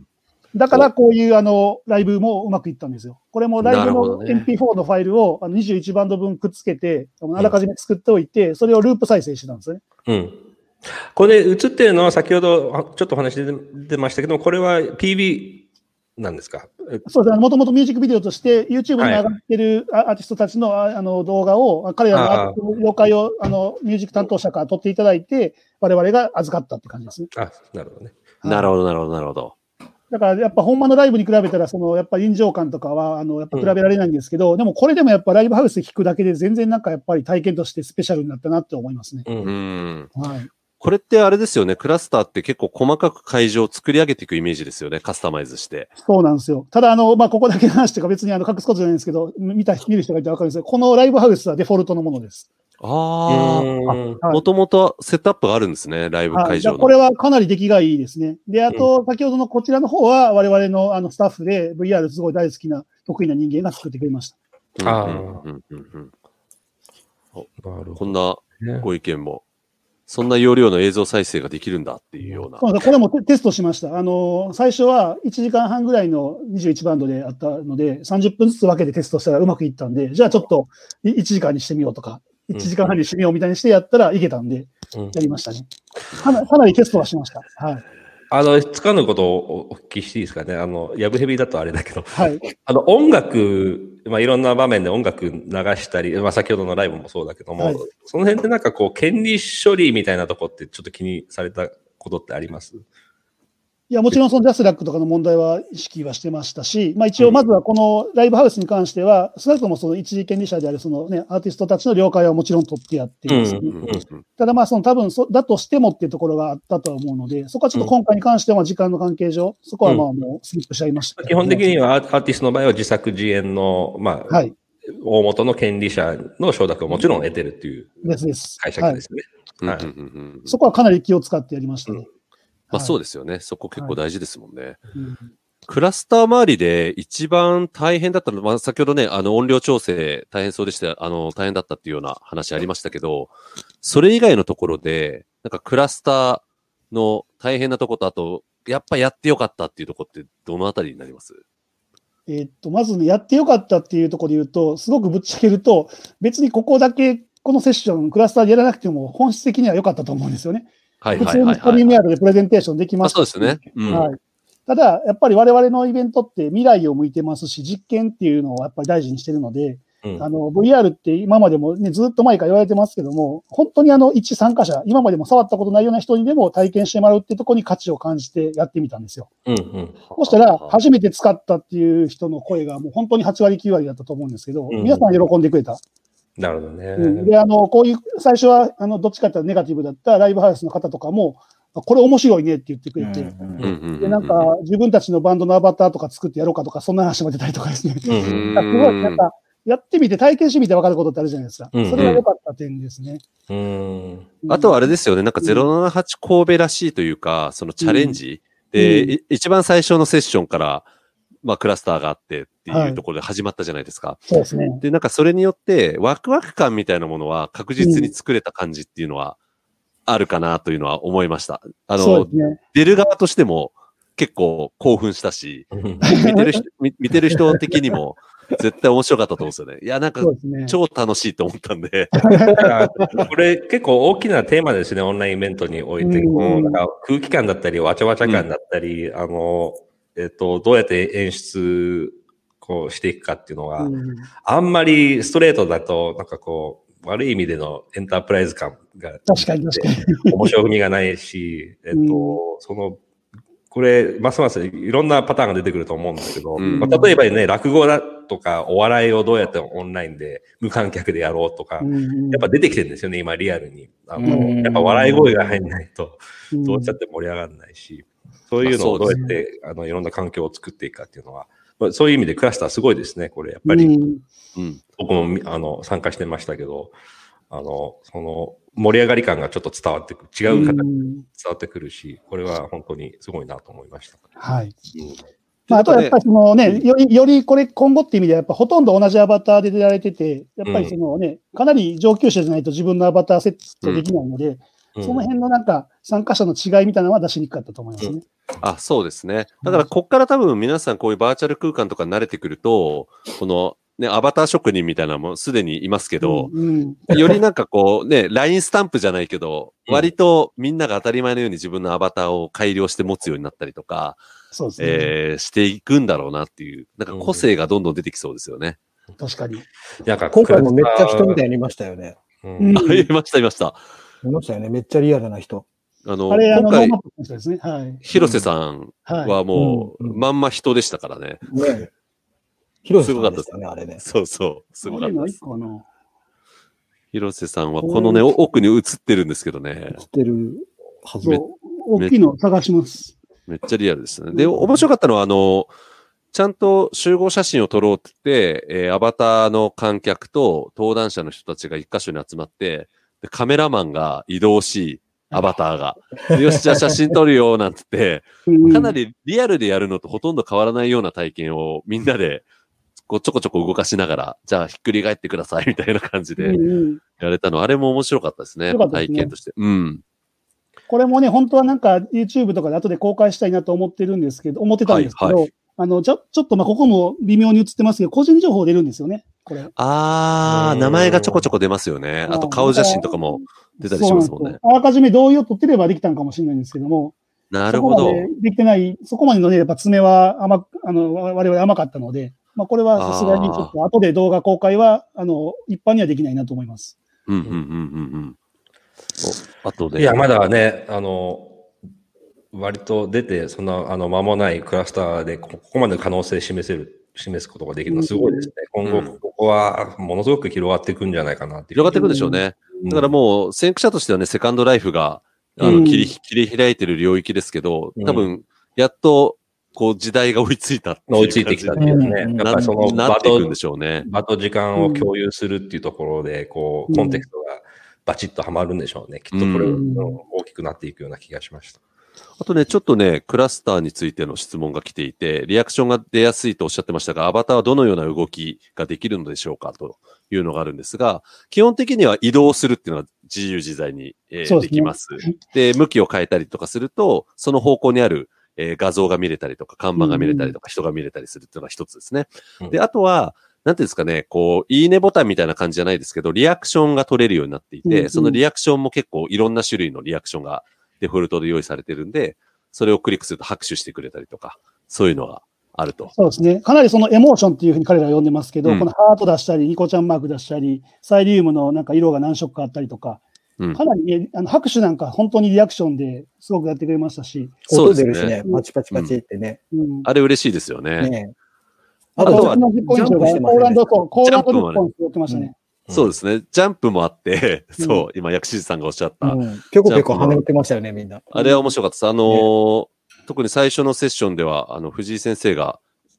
だから、こういう、あの、ライブもうまくいったんですよ。これもライブの エムピーフォー のファイルをあのにじゅういちバンド分くっつけて、あらかじめ作っておいて、それをループ再生してたんですよね。 うんこれ映ってるのは先ほどちょっとお話出ましたけど、これは ピービー なんですか？ そうですね。もともとミュージックビデオとして YouTube に上がってるアーティストたちの、あの動画を、彼らのアーティストの了解をあのミュージック担当者から取っていただいて、我々が預かったって感じですね。 あ、なるほどね。 なるほど、なるほど、なるほど。 だからやっぱ本番のライブに比べたら、そのやっぱ臨場感とかは、あの、やっぱ比べられないんですけど、うん、でもこれでもやっぱライブハウスで聞くだけで全然なんかやっぱり体験としてスペシャルになったなって思いますね。 うん。 はい。 これってあれですよね、クラスターって結構細かく会場を作り上げていくイメージですよね、カスタマイズして。 そうなんですよ。ただ、あの、まあ、ここだけの話とか別にあの隠すことじゃないんですけど、見た、見る人がいてわかるんですけど、このライブハウスはデフォルトのものです。 ああ、もともとセットアップがあるんですね、ライブ会場の。 はい、これはかなり出来がいいですね。で、あと、先ほどのこちらの方は、我々のあのスタッフで ブイアール すごい大好きな、得意な人間が作ってくれました。 ああ。 こんなご意見も。そんな容量の映像再生ができるんだっていうような。 そうこれもテストしました。あの、最初はいちじかんはんぐらいのにじゅういちバンドであったので、さんじゅっぷんずつ分けてテストしたらうまくいったんで、じゃあちょっといちじかんにしてみようとか、いちじかんはんにしてみようみたいにしてやったらいけたんで、やりましたね。かなかなりテストはしました。はい。 あの、つかぬことをお聞きしていいですかね。あの、ヤブヘビだとあれだけど、 はい。 あの、音楽、まあ、いろんな場面で音楽流したり、まあ、先ほどのライブもそうだけども、はい、その辺ってなんかこう、権利処理みたいなとこってちょっと気にされたことってあります？ いや、もちろんそのジャスラックとかの問題は意識はしてましたし、まあ一応まずはこのライブハウスに関しては、少なくともその一時権利者であるそのね、アーティストたちの了解はもちろん取ってやっています、ね。ただまあその多分そだとしてもっていうところがあったとは思うので、そこはちょっと今回に関しては時間の関係上、そこはまあもうスリップしちゃいました、 うん。基本的にはアーティストの場合は自作自演の、まあ、はい、大元の権利者の承諾をもちろん得てるっていう解釈ですね。 そこはかなり気を使ってやりましたね。うんまあそうですよね。そこ結構大事ですもんね。はいうん、クラスター周りで一番大変だったのは、まあ先ほどね、あの音量調整大変そうでした、あの大変だったっていうような話ありましたけど、それ以外のところで、なんかクラスターの大変なところと、あと、やっぱやってよかったっていうところってどのあたりになります？ えー、っと、まずね、やってよかったっていうところで言うと、すごくぶっちゃけると、別にここだけ、このセッション、クラスターでやらなくても本質的には良かったと思うんですよね。 はいはいはい、 はい。普通にストリームヤードでプレゼンテーションできます。 そうですね。うん、 はい。ただ、やっぱり我々のイベントって未来を向いてますし、実験っていうのをやっぱり大事にしてるので、うん、あの、ブイアール って今までもね、ずっと前から言われてますけども、本当にあの、一参加者、今までも触ったことないような人にでも体験してもらうっていうところに価値を感じてやってみたんですよ。 うんうん、 そしたら、初めて使ったっていう人の声がもう本当にはちわりきゅうわりだったと思うんですけど、うん、皆さん喜んでくれた。 なるほどね。 うん、で、あの、こういう、最初は、あの、どっちかというとネガティブだったライブハウスの方とかも、これ面白いねって言ってくれて、で、なんか、自分たちのバンドのアバターとか作ってやろうかとか、そんな話も出たりとかですね。すごい、なんか、 やってみて、体験してみて分かることってあるじゃないですか。うんうん、それが良かった点ですね。 うん。あとはあれですよね、なんかゼロななはち神戸らしいというか、そのチャレンジ、うん、で、うん、一番最初のセッションから、まあクラスターがあってっていうところで始まったじゃないですか。はい、 そうですね。 で、なんかそれによってワクワク感みたいなものは確実に作れた感じっていうのはあるかなというのは思いました。あの、ね、出る側としても結構興奮したし、見てる人、見てる人的にも絶対面白かったと思うんですよね。いや、なんか超楽しいと思ったんで。 これ結構大きなテーマですね、オンラインイベントにおいて。うん、なんか空気感だったり、わちゃわちゃ感だったり、うん、あの、えっと、どうやって演出こうしていくかっていうのが、うん、あんまりストレートだと、なんかこう、悪い意味でのエンタープライズ感が、 確かに確かに。 面白みがないし、えっと、うん、その、これ、ますますいろんなパターンが出てくると思うんですけど、うんまあ、例えばね、落語だとかお笑いをどうやってオンラインで無観客でやろうとか、うん、やっぱ出てきてるんですよね、今リアルに。あの、うん、やっぱ笑い声が入んないと、どうしちゃって盛り上がらないし、そういうのをどうやって、あの、いろんな環境を作っていくかっていうのは、まあ、そういう意味でクラスターすごいですね、これ、やっぱり。うんうん、僕も、あの、参加してましたけど、あの、その、盛り上がり感がちょっと伝わってくる。違う形で伝わってくるし、これは本当にすごいなと思いました。 はい。うん、まあ、あとはやっぱりそのね、より、よりこれ今後っていう意味ではやっぱほとんど同じアバターで出られてて、やっぱりそのね、かなり上級者じゃないと自分のアバターセットできないので、うん、その辺のなんか参加者の違いみたいなのは出しにくかったと思いますね。うん、 あ、そうですね。だからこっから多分皆さんこういうバーチャル空間とかに慣れてくると、この、ね、アバター職人みたいなのもすでにいますけど、うんうん、よりなんかこうね、ライン スタンプじゃないけど、うん、割とみんなが当たり前のように自分のアバターを改良して持つようになったりとか、 そうですね。 えー、していくんだろうなっていう、なんか個性がどんどん出てきそうですよね。 うん、確かに。 なんか今回もめっちゃ人みたいにいましたよね。 うん、あ、いました、いました。 いましたよね。めっちゃリアルな人。 あの、あれ今回、 ですね、はい、 広瀬さんはもう、まんま人でしたからね。 ね広瀬さんでしたね、あれね。 そうそう、すごかったです。広瀬さんはこのね、奥に映ってるんですけどね。 映ってるはず。 大きいの探します。 めっちゃリアルでしたね。で、面白かったのは、あの、ちゃんと集合写真を撮ろうって言って、えー、アバターの観客と登壇者の人たちが一箇所に集まって、でカメラマンが移動し、アバターが。よし、じゃあ写真撮るよ、なんつって、かなりリアルでやるのとほとんど変わらないような体験をみんなで、こうちょこちょこ動かしながら、じゃあひっくり返ってくださいみたいな感じでやれたの、あれも面白かったですね。 ですね体験として。うん。 これもね、本当はなんか YouTube とかで後で公開したいなと思ってるんですけど、思ってたんですけど、はいはい、あの、ちょ、ちょっとまあここも微妙に映ってますけど、個人情報出るんですよね、これ。 あー、名前がちょこちょこ出ますよね。あと顔写真とかも出たりしますもんね。 あらかじめ同意を取ってればできたんかもしれないんですけども。 なるほど。 そこまでできてない、そこまでのね、やっぱ爪は甘、あの、我々甘かったので、まあ、これはさすがにちょっと後で動画公開は、あの、一般にはできないなと思います。 うん、うん、うん、うん。あとで。 いや、まだね、あの、割と出て、そんな、あの、間もないクラスターで、ここまで可能性示せる、示すことができるのはすごいですね。うん、今後、ここは、ものすごく広がっていくんじゃないかなっていう。 広がっていくんでしょうね。うん、だからもう、先駆者としてはね、セカンドライフが、あの、切り、切り開いてる領域ですけど、多分、やっと、こう時代が追いついたっていう追いついてきたっていうね。やっぱりそのなっていくんでしょうね。 場と時間を共有するっていうところで、こう、コンテクストがバチッとはまるんでしょうね。きっとこれ、大きくなっていくような気がしました。 あとね、ちょっとね、クラスターについての質問が来ていて、リアクションが出やすいとおっしゃってましたが、アバターはどのような動きができるのでしょうかというのがあるんですが、基本的には移動するっていうのは自由自在に、えー、できます。で、向きを変えたりとかすると、その方向にあるえー、画像が見れたりとか、看板が見れたりとか、人が見れたりするっていうのが一つですね。うん、で、あとは、なんていうんですかね、こう、いいねボタンみたいな感じじゃないですけど、リアクションが取れるようになっていて、うんうん、そのリアクションも結構いろんな種類のリアクションがデフォルトで用意されてるんで、それをクリックすると拍手してくれたりとか、そういうのがあると。 そうですね。かなりそのエモーションっていうふうに彼らは呼んでますけど、うん、このハート出したり、ニコちゃんマーク出したり、サイリウムのなんか色が何色かあったりとか、かなり、ね、あの拍手なんか本当にリアクションですごくやってくれましたし。 音出るしね、パチパチパチってね。 うん、あれ嬉しいですよね。ねあとは、ジャンプしてますね。コーランド、コーランドリッポンって言ってましたね。 そうですね。ジャンプもあって、うん、そう、今、薬師さんがおっしゃった。うん、 結構結構跳ねってましたよね、みんな。 あれは面白かったです。あのーね、特に最初のセッションでは、あの、藤井先生が、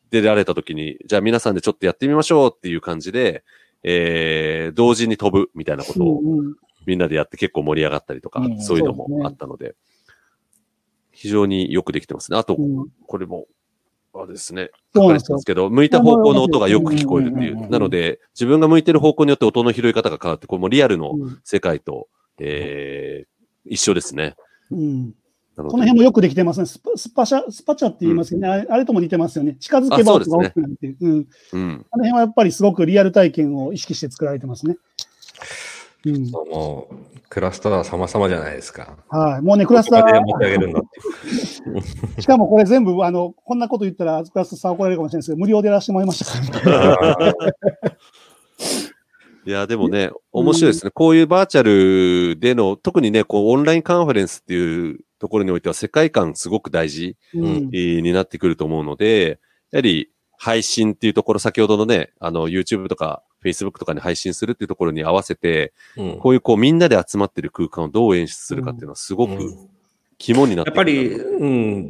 出られた時に、じゃあ皆さんでちょっとやってみましょうっていう感じで、えー、同時に飛ぶみたいなことをみんなでやって結構盛り上がったりとか、うん、そういうのもあったので、非常によくできてますね。あと、うん、これも、あれですね。書かれてますけど、向いた方向の音がよく聞こえるっていう。なので、自分が向いてる方向によって音の拾い方が変わって、これもリアルの世界と、うん、えー、一緒ですね。 うんこの辺もよくできてますね。スパ、スパチャ、スパチャって言いますよね、うん、あれとも似てますよね。近づけば音が大きくなって、ね、うん。うん。あの辺はやっぱりすごくリアル体験を意識して作られてますね。 うん。もう、クラスターは様々じゃないですか。 はい。もうね、クラスター。 ここまで持ち上げるんだって。 しかもこれ全部、あの、こんなこと言ったら、クラスター怒られるかもしれないですけど、無料でやらせてもらいましたからね。 いや、でもね、面白いですね。うん、こういうバーチャルでの、特にね、こう、オンラインカンファレンスっていうところにおいては、世界観すごく大事、うん、になってくると思うので、やはり、配信っていうところ、先ほどのね、あの、YouTube とか、Facebook とかに配信するっていうところに合わせて、うん、こういうこう、みんなで集まってる空間をどう演出するかっていうのは、すごく、肝になってくる、うん。やっぱり、うん、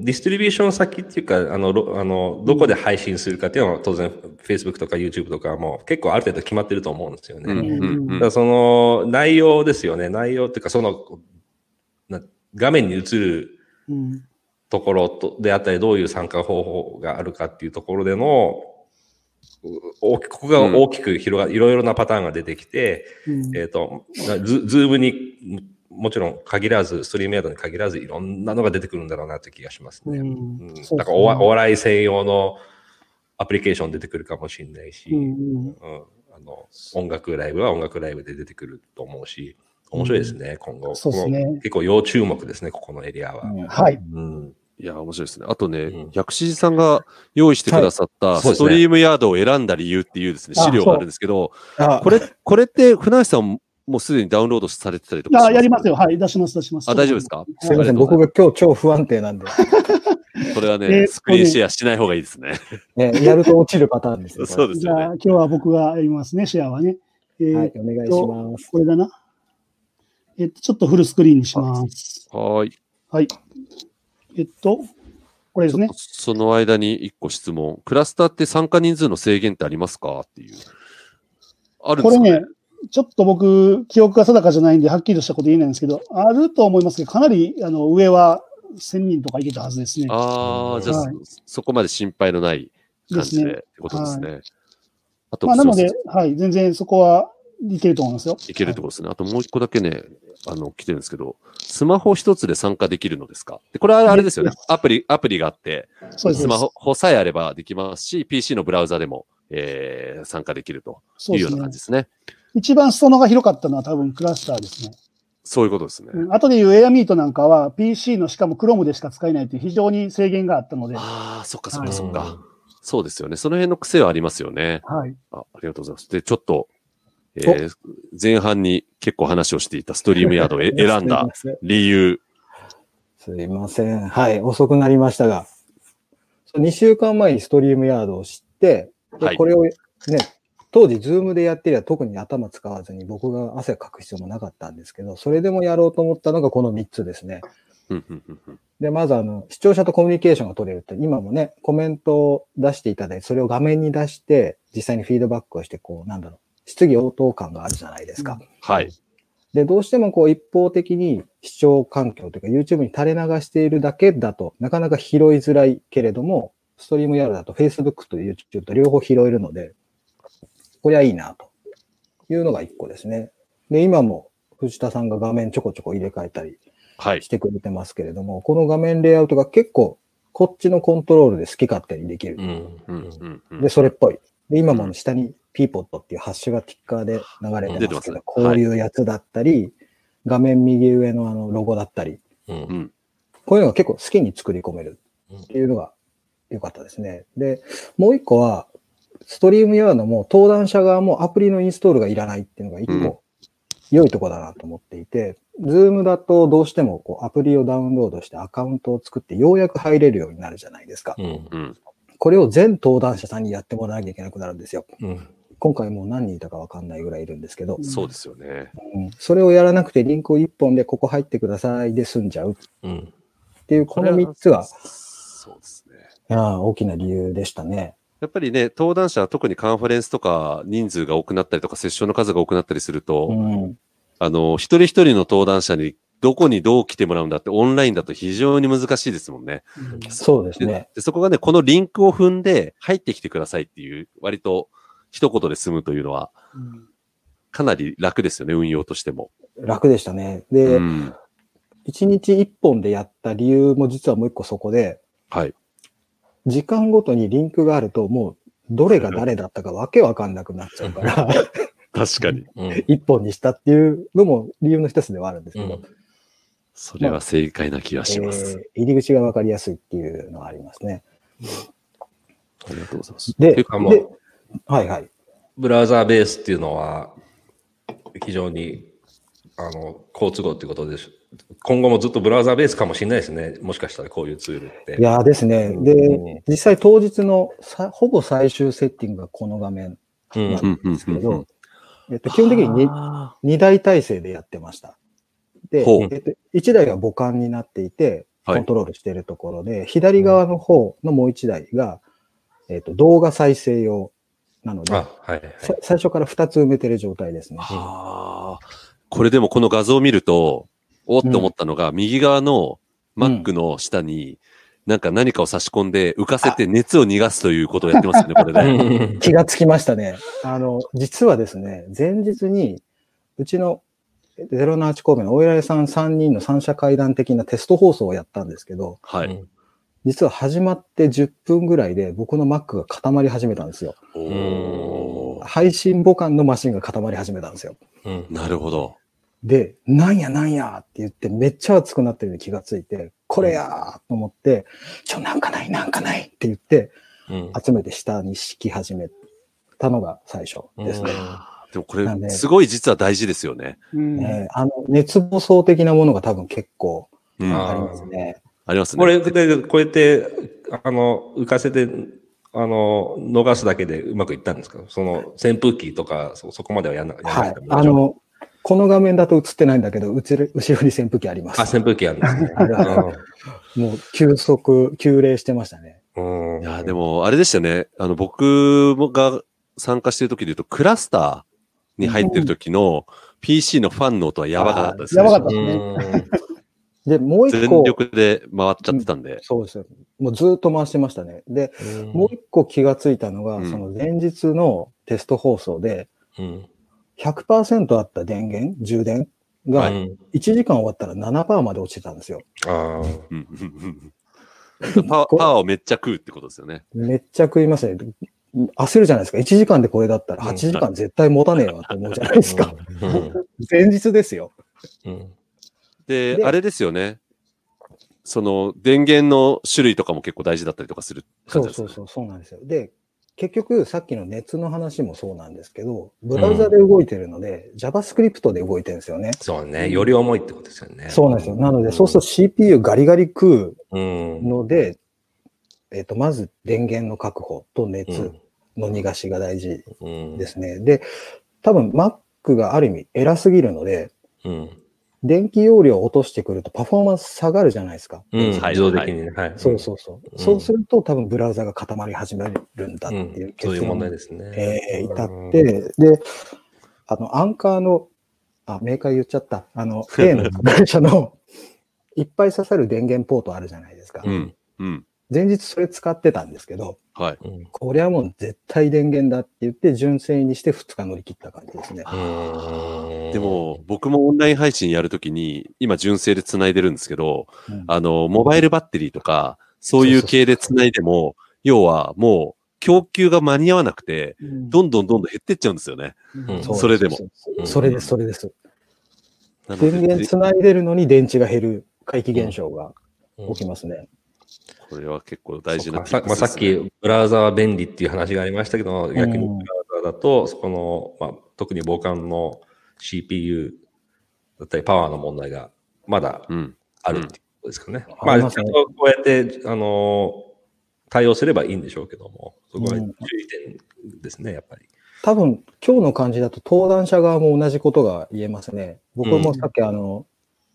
ディストリビューション先っていうか、あの、あの、どこで配信するかっていうのは当然、Facebook とか YouTube とかも結構ある程度決まってると思うんですよね。うんうんうん、だからその内容ですよね。内容っていうか、その、画面に映るところとであったり、どういう参加方法があるかっていうところでの、大きここが大きく広がる、いろいろなパターンが出てきて、うん、えっと、ズ、ズームに、もちろん限らず、ストリームヤードに限らず、いろんなのが出てくるんだろうなって気がしますね。うんうん、だからお笑い専用のアプリケーション出てくるかもしれないし、うんうん、あの音楽ライブは音楽ライブで出てくると思うし、面白いですね、うん、今後。 そうですね。 結構要注目ですね、ここのエリアは。うん、 はい。 うんいや、面白いですね。あとね、うん、薬師寺さんが用意してくださったストリームヤードを選んだ理由っていうですね、資料があるんですけど、これ、これって船橋さんもうすでにダウンロードされてたりとかしますか？ あ、やりますよ。はい、出します、出します。 あ、大丈夫ですか？ すみません、僕が今日超不安定なんで。 これはね、スクリーンシェアしない方がいいですね。 ね、やると落ちるパターンですよ。 そうですよね。 じゃあ、今日は僕がやりますね、シェアはね。 えー、はい、お願いします。 これだな。えっと、ちょっとフルスクリーンにします。 はい。 はい。えっと、これですね。 その間に一個質問。クラスターって参加人数の制限ってありますかっていう。あるんですかね。これね、 ちょっと僕、記憶が定かじゃないんで、はっきりとしたこと言えないんですけど、あると思いますけど、かなり、あの、上はせんにんとかいけたはずですね。 ああ、じゃあ、はい、そこまで心配のない感じで、ね、ってことですね。はい、 あと、まあ、なので、はい、全然そこはいけると思いますよ。 いけるところですね。はい、あともう一個だけね、あの、来てるんですけど、スマホ一つで参加できるのですか？で、これはあれですよね。アプリ、アプリがあって、スマホさえあればできますし、ピーシー のブラウザでも、えー、参加できるというような感じですね。 一番裾野が広かったのは多分クラスターですね。 そういうことですね。 うん、後でいうエアミートなんかは ピーシー のしかも Chrome でしか使えないという非常に制限があったので。 ああ、そっかそっかそっか、はい。そうですよね。その辺の癖はありますよね。 はい。 あ、ありがとうございます。で、ちょっと、えー、前半に結構話をしていたストリームヤードを選んだ理由。 すいません。はい。遅くなりましたが。にしゅうかんまえにストリームヤードを知って、でこれをね、当時、ズームでやってりゃ特に頭使わずに僕が汗かく必要もなかったんですけど、それでもやろうと思ったのがこのみっつですね。で、まずあの、視聴者とコミュニケーションが取れるって、今もね、コメントを出していただいて、それを画面に出して、実際にフィードバックをして、こう、なんだろう、質疑応答感があるじゃないですか。 はい。 で、どうしてもこう、一方的に視聴環境というか、YouTube に垂れ流しているだけだとなかなか拾いづらいけれども、ストリームやるだと Facebook と YouTube と両方拾えるので、これはいいなというのが一個ですね。で、今も藤田さんが画面ちょこちょこ入れ替えたりしてくれてますけれども、はい、この画面レイアウトが結構こっちのコントロールで好き勝手にできる。 うんうんうん、 で、それっぽい。で、今も下に ピーポット っていうハッシュがティッカーで流れてますけど、うん、こういうやつだったり、はい、画面右上のあのロゴだったり、 うん、 こういうのが結構好きに作り込めるっていうのが良かったですね。で、もう一個は、ストリームヤードも登壇者側もアプリのインストールがいらないっていうのが一個良いとこだなと思っていて、ズームだとどうしてもこうアプリをダウンロードしてアカウントを作ってようやく入れるようになるじゃないですか。 うんうん、 これを全登壇者さんにやってもらわなきゃいけなくなるんですよ。 うん、 今回もう何人いたかわかんないぐらいいるんですけど。 そうですよね。 うん、それをやらなくてリンクを一本でここ入ってくださいで済んじゃうっていうこのみっつは、 そうですね。 いや大きな理由でしたね。 やっぱりね、登壇者は特にカンファレンスとか人数が多くなったりとか、セッションの数が多くなったりすると、うん、あの、一人一人の登壇者にどこにどう来てもらうんだってオンラインだと非常に難しいですもんね。 うん、そうですねで。そこがね、このリンクを踏んで入ってきてくださいっていう、割と一言で済むというのは、かなり楽ですよね、運用としても。 楽でしたね。で、うん、一日一本でやった理由も実はもう一個そこで、 はい。 時間ごとにリンクがあると、もうどれが誰だったかわけわかんなくなっちゃうから、 確かに。 一本にしたっていうのも理由の一つではあるんですけど。うん、 それは正解な気がします。 まあえー、入り口がわかりやすいっていうのはありますね。 ありがとうございます。 で、ではいはい。 ブラウザーベースっていうのは、非常に、あの、好都合っていうことです。今後もずっとブラウザーベースかもしれないですね。もしかしたらこういうツールって。 いやですね。で、うん、実際当日のさほぼ最終セッティングがこの画面なんですけど、えっと、基本的に 2, にだい体制でやってました。で、えっと、いちだいが母艦になっていて、コントロールしているところで、はい、左側の方のもういちだいが、えっと、動画再生用なので、はいはい、最初からふたつ埋めてる状態ですね。 はこれでもこの画像を見ると、おっと思ったのが、うん、右側の Mac の下に、なんか何かを差し込んで浮かせて熱を逃がすということをやってますよね、これね。気がつきましたね。あの、実はですね、前日に、うちのゼロナーチ神戸のお偉いさんさんにんの三者会談的なテスト放送をやったんですけど、 はい。 実は始まってじゅっぷんぐらいで僕の Mac が固まり始めたんですよ。 お配信母艦のマシンが固まり始めたんですよ。 うん、なるほど。 で、なんやなんやって言ってめっちゃ熱くなってるのに気がついて、これやーと思って、ちょ、なんかないなんかないって言って、うん、集めて下に敷き始めたのが最初ですね。 でもこれ、すごい実は大事ですよね。 うんえー、あの、熱暴走的なものが多分結構ありますね。 ありますね。 これで、こうやって、あの、浮かせて、あの、逃すだけでうまくいったんですか？その、扇風機とか、そ、そこまではやんなかった。 はい。あの、この画面だと映ってないんだけど、後ろに扇風機あります。 あ、扇風機あるんですね。 もう、急速、急冷してましたね。 いや、でも、あれでしたね。あの、僕が参加してる時で言うと、クラスターに入ってる時の ピーシー のファンの音はやばかったですね。 やばかったですね。 で、もう一個。 全力で回っちゃってたんで。 うん、そうですよ。もうずっと回してましたね。で、もう一個気がついたのが、うん、その前日のテスト放送で、うん、ひゃくパーセント あった電源、充電が、いちじかん終わったら ななパーセント まで落ちてたんですよ。 あパ, パワーをめっちゃ食うってことですよね。 めっちゃ食いますね。焦るじゃないですか。いちじかんでこれだったらはちじかん絶対持たねえわと思うじゃないですか。前日ですよ。 うんで、で、あれですよね。その、電源の種類とかも結構大事だったりとかする感じですか、ね。 そうそうそう、そうなんですよ。で、結局、さっきの熱の話もそうなんですけど、ブラウザで動いてるので、うん、JavaScript で動いてるんですよね。 そうね。より重いってことですよね。 そうなんですよ。なので、そうすると シーピーユー ガリガリ食うので、うん、えっと、まず電源の確保と熱の逃がしが大事ですね。うん、で、多分 Mac がある意味偉すぎるので、うん電気容量を落としてくるとパフォーマンス下がるじゃないですか。 うん、自動的にね。はい。 そうそうそう。うん、そうすると多分ブラウザが固まり始めるんだっていう結論、うん、そういう問題ですね。 えー、至って、で、あの、アンカーの、あ、メーカー言っちゃった。あの、A の会社のいっぱい刺さる電源ポートあるじゃないですか。 うん。うん。 前日それ使ってたんですけど、 はい。 これはもう絶対電源だって言って純正にしてふつか乗り切った感じですね。 でも僕もオンライン配信やるときに今純正で繋いでるんですけど、うん、あのモバイルバッテリーとかそういう系で繋いでも、そうそうそう要はもう供給が間に合わなくて、うん、どんどんどんどん減ってっちゃうんですよね。うん、それでも。 それですそれです。電源繋いでるのに電池が減る怪奇現象が起きますね。うんこれは結構大事な、 ね。さ, まあ、さっきブラウザは便利っていう話がありましたけど、逆にブラウザだと、そこの、まあ、特に母艦の シーピーユー だったりパワーの問題がまだあるっていうことですかね。うんうん、まあ、ちゃんとこうやって、あの、対応すればいいんでしょうけども、そこは注意点ですね、やっぱり。 多分、今日の感じだと登壇者側も同じことが言えますね。僕もさっきあの、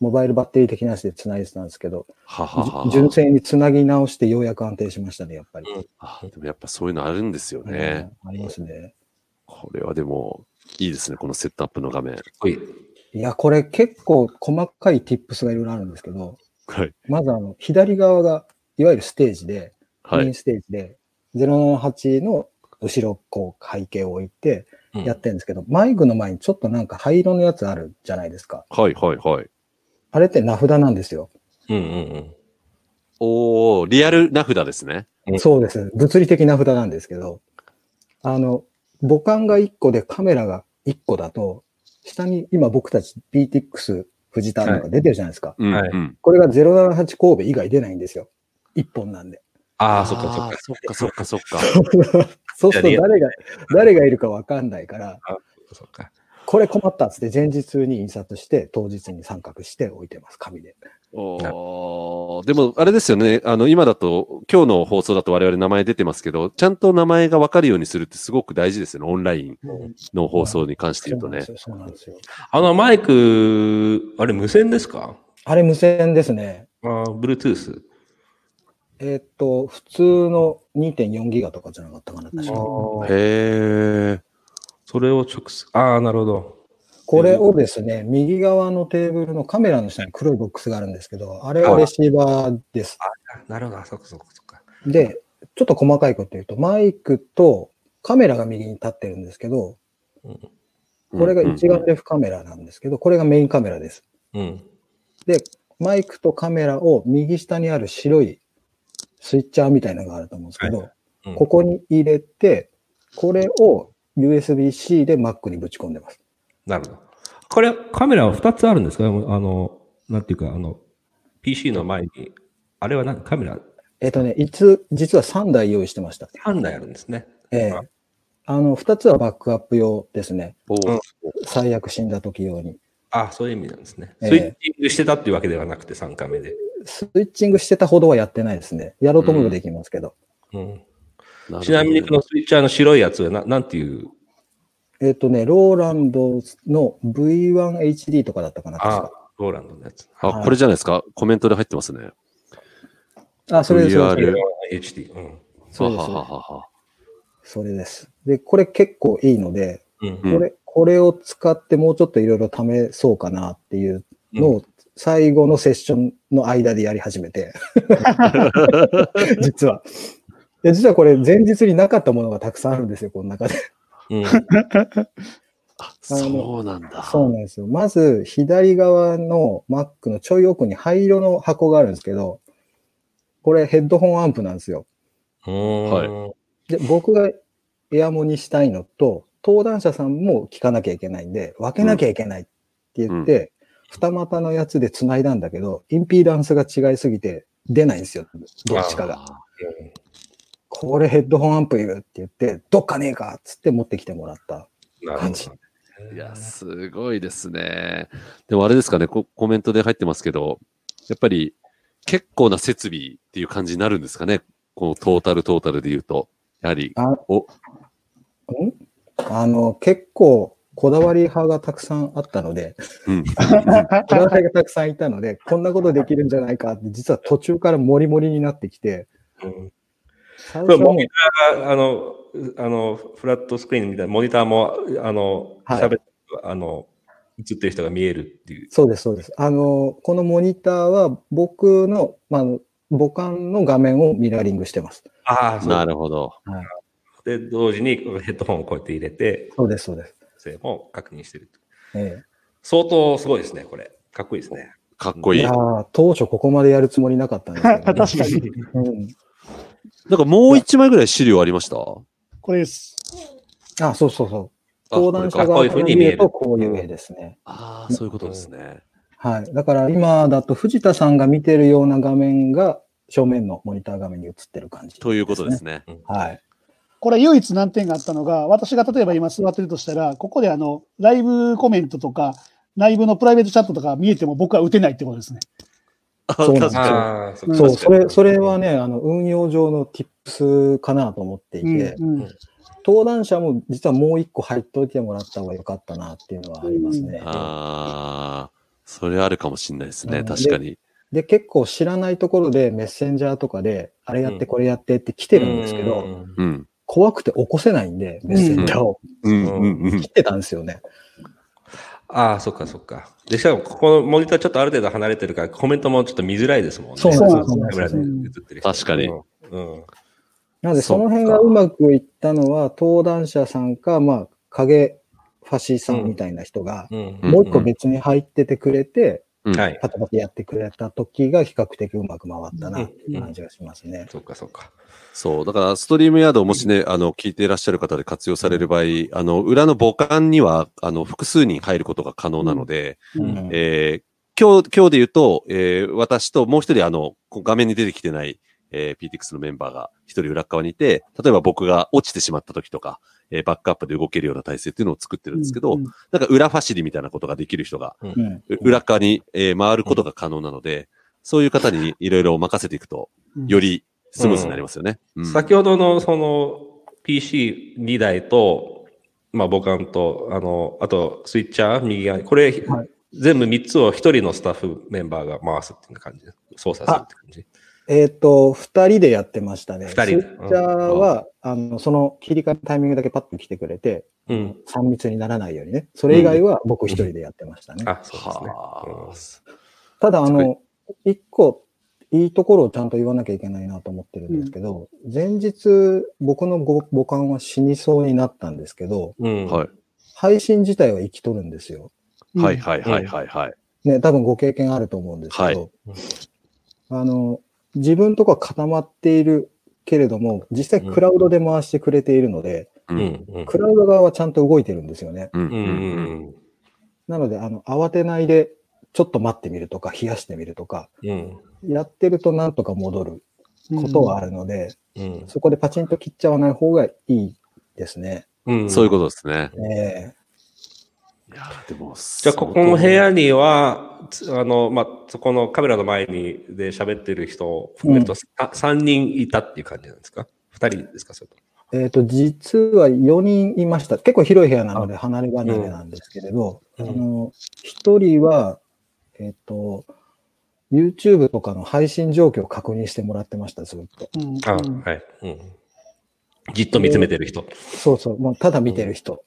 モバイルバッテリー的なやつで繋いでたんですけど、 ははは純正に繋ぎ直してようやく安定しましたね、やっぱり。うん、 あでもやっぱそういうのあるんですよね。 うん、ありますね。 これはでも、いいですね、このセットアップの画面。 いや、これ結構細かい tips がいろいろあるんですけど、 はい、まずあの、左側が、いわゆるステージで、はい、メインステージで、ゼロななはちの後ろ、こう、背景を置いてやってるんですけど、うん、マイクの前にちょっとなんか灰色のやつあるじゃないですか。 はいはいはい。 あれって名札なんですよ。 うんうんうん。 おー、リアル名札ですね。 そうです。物理的な札なんですけど、あの、母艦がいっこでカメラがいっこだと、下に今僕たち ビーティックス 藤田なんか出てるじゃないですか。 はい、 これがゼロななはち神戸以外出ないんですよ。いっぽんなんで。 ああ、そっかそっか。 そっかそっかそっか。 そうすると誰が、誰がいるかわかんないから、 あそっかこれ困ったっつって前日に印刷して当日に三角して置いてます、紙で。 おでも、あれですよね。あの、今だと、今日の放送だと我々名前出てますけど、ちゃんと名前が分かるようにするってすごく大事ですよね。オンラインの放送に関して言うとね。 そうなんですよ。 あのマイク、あれ無線ですか？ あれ無線ですね。 ああ、Bluetooth。 えー、っと、普通の にてんよんギガとかじゃなかったかな、確か。 へー。 それを直接、ああ、なるほど。 これをですね、右側のテーブルのカメラの下に黒いボックスがあるんですけど、あれはレシーバーです。 あ、なるほど、そっかそっかそっか。 で、ちょっと細かいこと言うと、マイクとカメラが右に立ってるんですけど、うん、これが一眼レフカメラなんですけど、これがメインカメラです。 うん、 で、マイクとカメラを右下にある白いスイッチャーみたいなのがあると思うんですけど、はいうん、ここに入れて、これを ユーエスビーシー で Mac にぶち込んでます。 なるほど。これ、カメラはふたつあるんですか？あの、なんていうか、あの、ピーシー の前に、あれは何カメラえっとね、いつ、実はさんだい用意してました。 さんだいあるんですね。 ええー。あの、ふたつはバックアップ用ですね。うん、最悪死んだ時用に。 あ、そういう意味なんですね。スイッチングしてたっていうわけではなくて、さんカメで。 スイッチングしてたほどはやってないですね。やろうと思えばできますけど。 うんうん、ちなみに、このスイッチャーの白いやつはな、なんていうえっとね、ローランドの ブイワンエイチディー とかだったかな。 あ、ローランドのやつ。 あ、はい、これじゃないですか。コメントで入ってますね。 あ、それです。ブイアールエイチディー。うん。 そうです。はははそれです。で、これ結構いいので、うん、これ、これを使ってもうちょっといろいろ試そうかなっていうのを、最後のセッションの間でやり始めて。実は。いや、実はこれ前日になかったものがたくさんあるんですよ、この中で。 うん、あそうなんだ。 そうなんですよ。まず、左側の Mac のちょい奥に灰色の箱があるんですけど、これヘッドホンアンプなんですよ。 はい。 で、僕がエアモにしたいのと、登壇者さんも聞かなきゃいけないんで、分けなきゃいけないって言って、うん、二股のやつで繋いだんだけど、インピーダンスが違いすぎて出ないんですよ。どっちかが。これヘッドホンアンプいるって言って、どっかねえかっつって持ってきてもらった感じ。 いや、すごいですね。でもあれですかね、コメントで入ってますけど、やっぱり結構な設備っていう感じになるんですかね。このトータルトータルで言うと。やはり。 あおんあの、結構こだわり派がたくさんあったので、うん、こだわりがたくさんいたので、こんなことできるんじゃないかって、実は途中からモリモリになってきて、うん最初モニター、あの、あの、フラットスクリーンみたいな、モニターも、あの、喋、はい、あの、映ってる人が見えるっていう。 そうです、そうです。あの、このモニターは僕の、まあ、母艦の画面をミラーリングしてます。 ああ、なるほど。 はい。で、同時にヘッドホンをこうやって入れて、 そうです、そうです。 それも確認してる。 ええ。 相当すごいですね、これ。かっこいいですね。 かっこいい。いや当初ここまでやるつもりなかったんですけど、ね。 確かに。 うんなんかもう一枚ぐらい資料ありました？ これです。 あ、そうそうそう。登壇者側から見るとこういう絵ですね。 ああ、そういうことですね。 はい。だから今だと藤田さんが見てるような画面が正面のモニター画面に映ってる感じ、ね。 ということですね。 はい。 これ唯一難点があったのが、私が例えば今座ってるとしたら、ここであの、ライブコメントとか、内部のプライベートチャットとか見えても僕は打てないってことですね。 そうなんですよ。そう、それ、それはね、あの、運用上の tips かなと思っていて、うんうん、登壇者も実はもう一個入っといてもらった方がよかったなっていうのはありますね。 うん、ああ、 それあるかもしれないですね、うん、確かに。 で、結構知らないところでメッセンジャーとかで、あれやってこれやってって来てるんですけど、うん、怖くて起こせないんで、メッセンジャーを。切ってたんですよね。 ああ、そっかそっか。で、しかも、ここのモニターちょっとある程度離れてるから、コメントもちょっと見づらいですもんね。 そうなんですよ。 確かに。うん。 なので、その辺がうまくいったのは、登壇者さんか、まあ、影ファシさんみたいな人が、もう一個別に入っててくれて、はい。パタパタやってくれた時が比較的うまく回ったなっていう感じがしますね。 そうかそうか。 そう。だから、ストリームヤードをもしね、あの、聞いていらっしゃる方で活用される場合、あの、裏の母艦には、あの、複数人入ることが可能なので、うん、えー、今日、今日で言うと、えー、私ともう一人、あの、画面に出てきてない、えー、ピーティーエックス のメンバーが一人裏側にいて、例えば僕が落ちてしまった時とか、えー、バックアップで動けるような体制っていうのを作ってるんですけど、うんうん、なんか裏ファシリみたいなことができる人が、うん、裏側に、えー、回ることが可能なので、そういう方にいろいろ任せていくと、よりスムーズになりますよね。 うんうん、先ほどのその ピーシーに 台と、まあ母艦と、あの、あとスイッチャー右側に、これ、はい、全部みっつをひとりのスタッフメンバーが回すっていう感じで、操作するって感じ。 えっ、ー、と、二人でやってましたね。二人で。スイッチャーは、うん、あの、その切り替えタイミングだけパッと来てくれて、うん。さん密にならないようにね。それ以外は僕一人でやってましたね。 うん、あ、そうですね。 うん、ただ、あの、一個、いいところをちゃんと言わなきゃいけないなと思ってるんですけど、うん、前日、僕の母艦は死にそうになったんですけど、うん、はい。配信自体は生きとるんですよ。 はいはいはいはいはい。 ね、多分ご経験あると思うんですけど、はい、あの、自分とか固まっているけれども、実際クラウドで回してくれているので、うん、クラウド側はちゃんと動いてるんですよね。うんうんうん、なので、あの、慌てないで、ちょっと待ってみるとか、冷やしてみるとか、うん、やってるとなんとか戻ることはあるので、うん、そこでパチンと切っちゃわない方がいいですね。 うん、そういうことですね。 えー、いやでもじゃあ、ここの部屋には、あの、まあ、そこのカメラの前にで喋ってる人を含めると、うん、さんにんいたっていう感じなんですか？ふたりですか？それとえっ、ー、と、実はよにんいました。結構広い部屋なので離れ離れなんですけれど、うん、あの、ひとりは、えっ、ー、と、YouTube とかの配信状況を確認してもらってました、ずっと。うん、 あ、はい、うん。じっと見つめてる人。 そうそう、もうただ見てる人。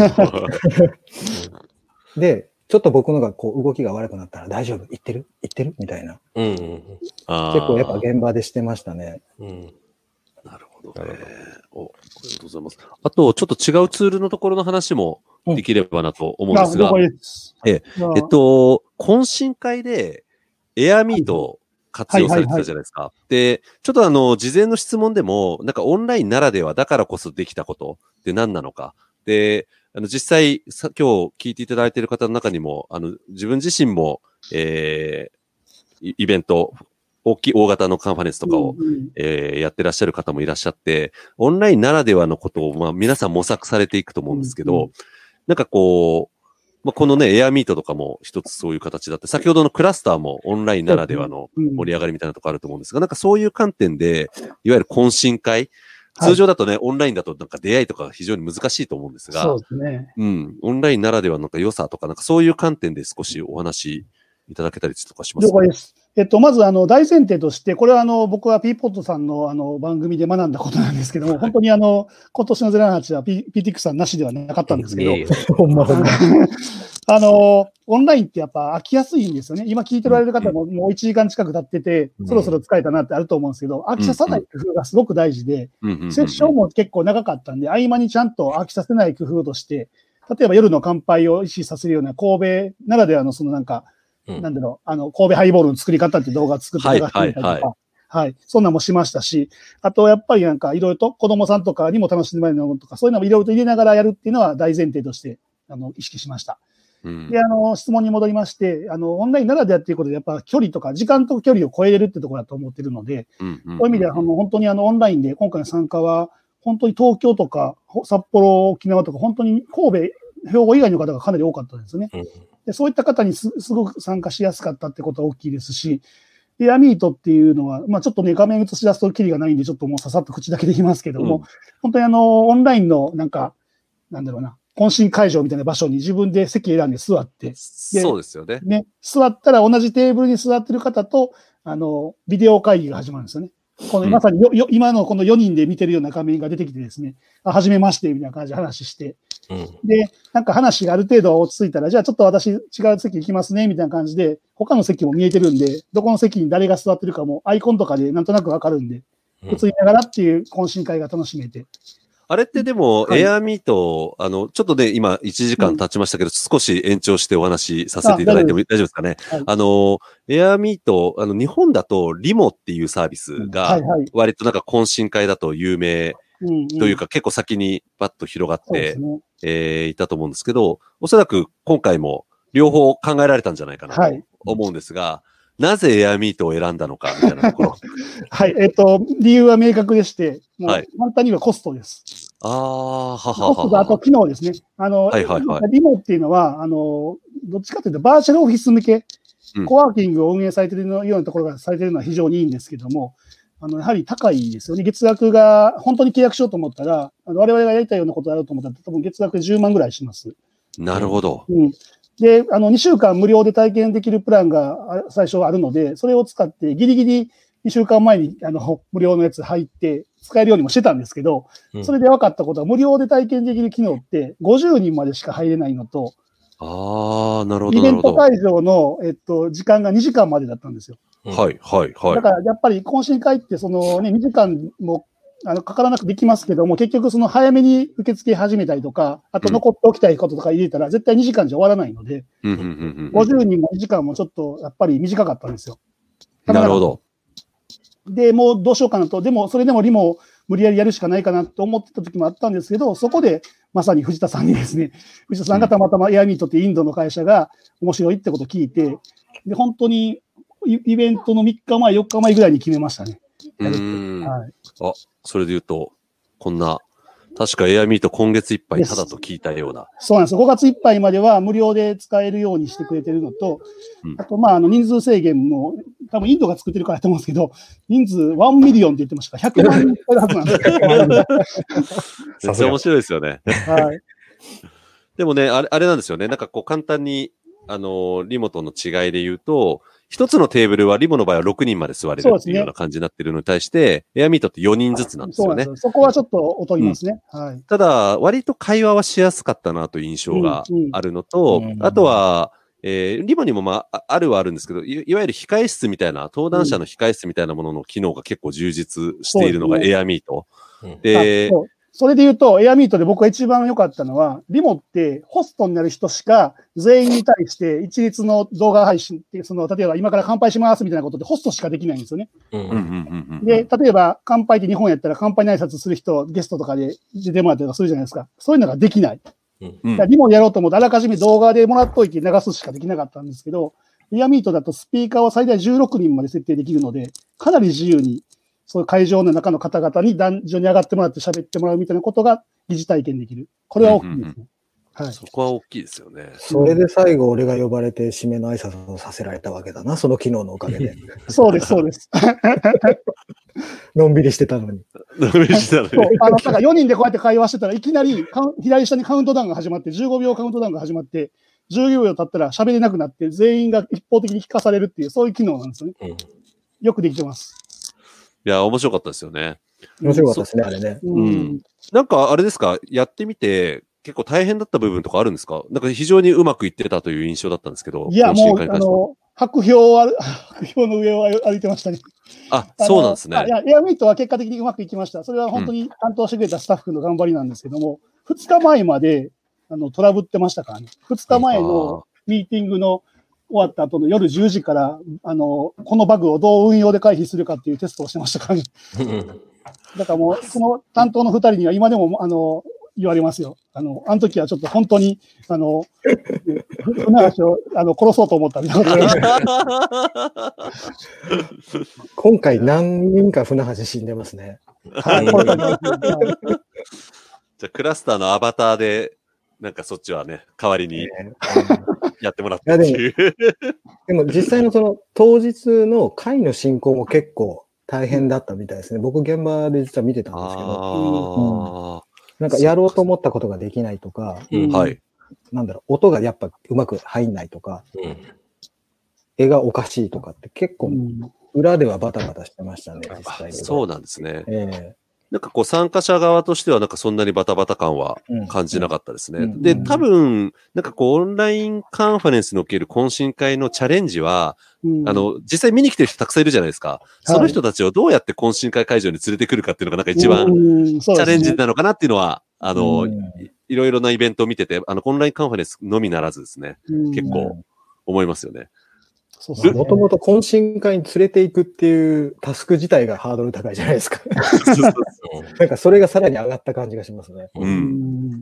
うん、で、ちょっと僕のがこう動きが悪くなったら大丈夫？行ってる？行ってる？みたいな。うんうんうん、結構やっぱ現場でしてましたね。うん、 なるほどね。お、ありがとうございます。あと、ちょっと違うツールのところの話もできればなと思うんですが、うん、ええっと、懇親会でエアミートを活用されてたじゃないですか。はいはいはい、で、ちょっとあの、事前の質問でも、なんかオンラインならではだからこそできたことって何なのか。で、あの、実際、さ今日聞いていただいている方の中にも、あの、自分自身も、えー、イベント、大きい、大型のカンファレンスとかを、うんうんえー、やってらっしゃる方もいらっしゃって、オンラインならではのことを、まあ、皆さん模索されていくと思うんですけど、うんうん、なんかこう、まあ、このね、エアミートとかも一つそういう形だって、先ほどのクラスターもオンラインならではの盛り上がりみたいなところあると思うんですが、なんかそういう観点で、いわゆる懇親会、通常だとね、はい、オンラインだとなんか出会いとか非常に難しいと思うんですが、 そうですね。 うん。オンラインならではのなんか良さとか、なんかそういう観点で少しお話いただけたりとかしますか？ 了解です。えっと、まず、あの、大前提として、これは、あの、僕は ピーポッド さんの、あの、番組で学んだことなんですけども、はい、本当に、あの、今年のゼロななはちは P、ピーティーエックス さんなしではなかったんですけど、ほんまほんま。あの、オンラインってやっぱ飽きやすいんですよね。今聞いておられる方ももういちじかん近く経ってて、うん、そろそろ疲れたなってあると思うんですけど、飽きさせない工夫がすごく大事で、うん、セッションも結構長かったんで、合間にちゃんと飽きさせない工夫として、例えば夜の乾杯を意識させるような神戸ならではのそのなんか、うん、なんだろう、あの、神戸ハイボールの作り方って動画作っていただいたりとか、はい、はいはいはい。そんなんもしましたし、あと、やっぱりなんか、いろいろと子供さんとかにも楽しんでもらえるのとか、そういうのもいろいろと入れながらやるっていうのは大前提として、あの、意識しました。うん、で、あの、質問に戻りまして、あの、オンラインならではっていうことで、やっぱ距離とか、時間と距離を超えれるってところだと思ってるので、うんうんうん、そういう意味では、あの、本当にあの、オンラインで、今回の参加は、本当に東京とか、札幌、沖縄とか、本当に神戸、兵庫以外の方がかなり多かったですね。うん、でそういった方に す, すごく参加しやすかったってことは大きいですし、エアミートっていうのは、まあちょっとね、画面映し出すとキリがないんで、ちょっともうささっと口だけで言いますけども、うん、本当にあの、オンラインのなんか、なんだろうな、 懇親会場みたいな場所に自分で席選んで座って。 そうですよね。 ね。座ったら同じテーブルに座ってる方と、あの、ビデオ会議が始まるんですよね。このまさによ、よ今のこのよにんで見てるような画面が出てきてですね、あ、はじめまして、みたいな感じで話して、うん、で、なんか話がある程度落ち着いたら、じゃあちょっと私違う席行きますね、みたいな感じで、他の席も見えてるんで、どこの席に誰が座ってるかもアイコンとかでなんとなくわかるんで、映りながらっていう懇親会が楽しめて。 あれってでも、はい、エアミート、あの、ちょっとね、今いちじかん経ちましたけど、うん、少し延長してお話しさせていただいても大丈夫ですかね。はい、あの、エアミート、あの、日本だとリモっていうサービスが、割となんか懇親会だと有名というか、結構先にバッと広がって、ねえー、いたと思うんですけど、おそらく今回も両方考えられたんじゃないかなと思うんですが、はいなぜエアミートを選んだのか、みたいなところ。 はい、えっ、ー、と、理由は明確でして、もう簡単にはコストです。 はい、ああ、ははは。コストとあと機能ですね。あの、はいはいはい、リモっていうのは、あの、どっちかというとバーチャルオフィス向け、うん、コワーキングを運営されているようなところがされているのは非常にいいんですけども、あの、やはり高いですよね。月額が、本当に契約しようと思ったら、あの我々がやりたいようなことをやろうと思ったら、多分月額じゅうまんぐらいします。 なるほど。 うん。で、あの、にしゅうかん無料で体験できるプランが最初あるので、それを使ってギリギリにしゅうかんまえにあの、無料のやつ入って使えるようにもしてたんですけど、うん、それで分かったことは無料で体験できる機能ってごじゅうにんまでしか入れないのと、 ああ、なるほど。 イベント会場の、えっと、時間がにじかんまでだったんですよ。 はい、はい、はい。 だからやっぱり懇親会ってそのね、にじかんもあの、かからなくできますけども、結局その早めに受付始めたりとか、あと残っておきたいこととか入れたら、絶対にじかんじゃ終わらないので、ごじゅうにんもにじかんもちょっとやっぱり短かったんですよ。 なるほど。 で、もうどうしようかなと、でもそれでもリモ無理やりやるしかないかなと思ってた時もあったんですけど、そこでまさに藤田さんにですね、藤田さんがたまたまエアミートってインドの会社が面白いってことを聞いて、で、本当にイベントのみっかまえ、よっかまえぐらいに決めましたね。 うん。はい。あ、それで言うと、こんな、確かエアミート今月いっぱいただと聞いたような。 そうなんです。ごがついっぱいまでは無料で使えるようにしてくれてるのと、うん、あと、まあ、あの、人数制限も、多分インドが作ってるからと思うんですけど、人数いちミリオンって言ってましたから、ひゃくまん人使えるはずなんですよ。 めっちゃ面白いですよね。はい。でもね、あれ、あれなんですよね。なんかこう簡単に、あの、リモとの違いで言うと、一つのテーブルはリモの場合はろくにんまで座れるっていうような感じになってるのに対して、エアミートってよにんずつなんですよね。 そうなんですよ。そこはちょっと劣りますね。うん、はい。 ただ、割と会話はしやすかったなという印象があるのと、うんうん、あとは、えー、リモにもまあ、あるはあるんですけど、い, いわゆる控え室みたいな、登壇者の控え室みたいなものの機能が結構充実しているのがエアミート。 うん、で、それで言うと、エアミートで僕が一番良かったのは、リモってホストになる人しか全員に対して一律の動画配信って、その、例えば今から乾杯しますみたいなことでホストしかできないんですよね。で、例えば乾杯って日本やったら乾杯に挨拶する人、ゲストとかで出てもらったりとかするじゃないですか。そういうのができない。うん、リモやろうと思ってあらかじめ動画でもらっといて流すしかできなかったんですけど、エアミートだとスピーカーを最大じゅうろくにんまで設定できるので、かなり自由にそういう会場の中の方々に壇上に上がってもらって喋ってもらうみたいなことが疑似体験できる。これは大きいですね。うんうんうん、はい。そこは大きいですよね。 それで最後俺が呼ばれて締めの挨拶をさせられたわけだな、その機能のおかげで。 そうです、そうです。 のんびりしてたのに。 のんびりしてたのに。 そう、あの、なんかよにんでこうやって会話してたらいきなり左下にカウントダウンが始まって、じゅうごびょうカウントダウンが始まって、じゅうびょう経ったら喋れなくなって、全員が一方的に聞かされるっていう、そういう機能なんですよね。うん、よくできてます。 いや、面白かったですよね。 面白かったですね、あれね。 うん。なんか、あれですか、やってみて、結構大変だった部分とかあるんですか？なんか非常にうまくいってたという印象だったんですけど。 いや、もう、あの、白氷を歩、白氷の上を歩いてましたね。 あ、そうなんですね。 いや、エアミートは結果的にうまくいきました。それは本当に担当してくれたスタッフの頑張りなんですけども、ふつかまえまで、あの、トラブってましたからね。ふつかまえのミーティングの終わった後の夜じゅうじから、あの、このバグをどう運用で回避するかっていうテストをしてましたからね。だからもう、その担当のふたりには今でも、あの、言われますよ。あの、あの時はちょっと本当に、あの、船橋をあの殺そうと思ったみたいな。 今回何人か船橋死んでますね。はい。 じゃあクラスターのアバターで、なんかそっちはね、代わりにやってもらったっていう。 でも実際のその当日の会の進行も結構大変だったみたいですね。僕現場で実は見てたんですけど。 なんかやろうと思ったことができないとか、 うん、はい。 なんだろう、音がやっぱうまく入んないとか、うん、絵がおかしいとかって結構、裏ではバタバタしてましたね、実際に。 そうなんですね。えーなんかこう参加者側としてはなんかそんなにバタバタ感は感じなかったですね。うん、で、多分、なんかこうオンラインカンファレンスにおける懇親会のチャレンジは、うん、あの、実際見に来てる人たくさんいるじゃないですか。その人たちをどうやって懇親会会場に連れてくるかっていうのがなんか一番チャレンジなのかなっていうのは、あの、うん、いろいろなイベントを見てて、あの、オンラインカンファレンスのみならずですね、結構思いますよね。 もともと懇親会に連れていくっていうタスク自体がハードル高いじゃないですか。なんかそれがさらに上がった感じがしますね。 うん、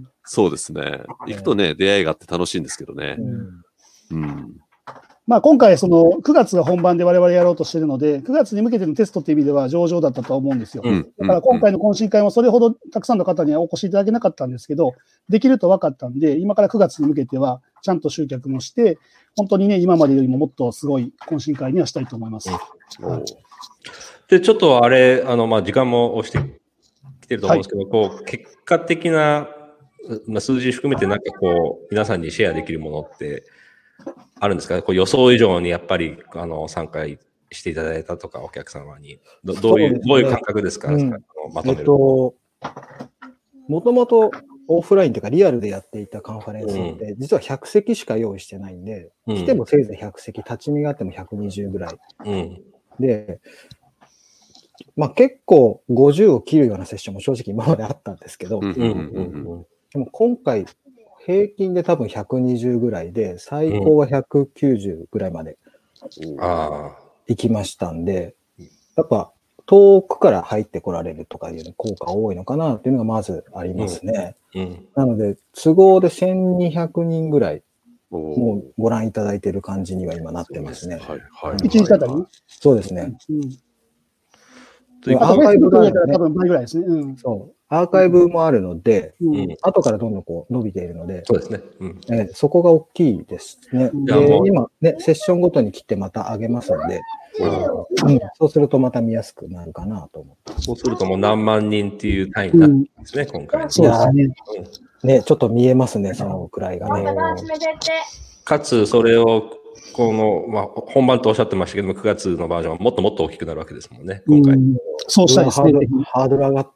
そうですね。行くとね、出会いがあって楽しいんですけどね。うんうん、 まあ今回そのくがつが本番で我々やろうとしているので、くがつに向けてのテストっていう意味では上々だったと思うんですよ。うん、だから今回の懇親会もそれほどたくさんの方にはお越しいただけなかったんですけど、できると分かったんで、今からくがつに向けてはちゃんと集客もして、本当にね、今までよりももっとすごい懇親会にはしたいと思います。 うん、で、ちょっとあれ、あの、まあ、時間も押してきてると思うんですけど、はい、こう、結果的な、まあ、数字含めてなんかこう、皆さんにシェアできるものってあるんですかね。こう予想以上にやっぱり、あの、参加していただいたとか、お客様に。ど, どういう、ね、どういう感覚ですか、うん、まとめる。えっと、 もともと、オフラインというかリアルでやっていたカンファレンスって、うん、実はひゃく席しか用意してないんで、うん、来てもせいぜいひゃく席、立ち見があってもひゃくにじゅうぐらい。うん、で、まあ結構ごじゅうを切るようなセッションも正直今まであったんですけど、でも今回平均で多分ひゃくにじゅうぐらいで、最高はひゃくきゅうじゅうぐらいまで行きましたんで、やっぱ遠くから入ってこられるとかいう効果多いのかなっていうのがまずありますね。うんうん、なので、都合でせんにひゃくにんぐらい、もうご覧いただいている感じには今なってますね。はいはい、いちにちあたりそうですね。 うん、アーカイブがあるので、多分倍ぐらいですね。うん、 そう。アーカイブもあるので、うん、後からどんどんこう伸びているので、 そうですね。うんえー、そこが大きいですね。で、今ね、セッションごとに切ってまた上げますので、うん、そうするとまた見やすくなるかなと思って。 そうするともう何万人っていう単位になってますね、うん、今回。 そうですね。うん、ね、ちょっと見えますね、そのくらいがね。 かつ、それを、この、まあ、本番とおっしゃってましたけども、くがつのバージョンはもっともっと大きくなるわけですもんね、今回。うん、 そうしたいですね。 ハードル上がった。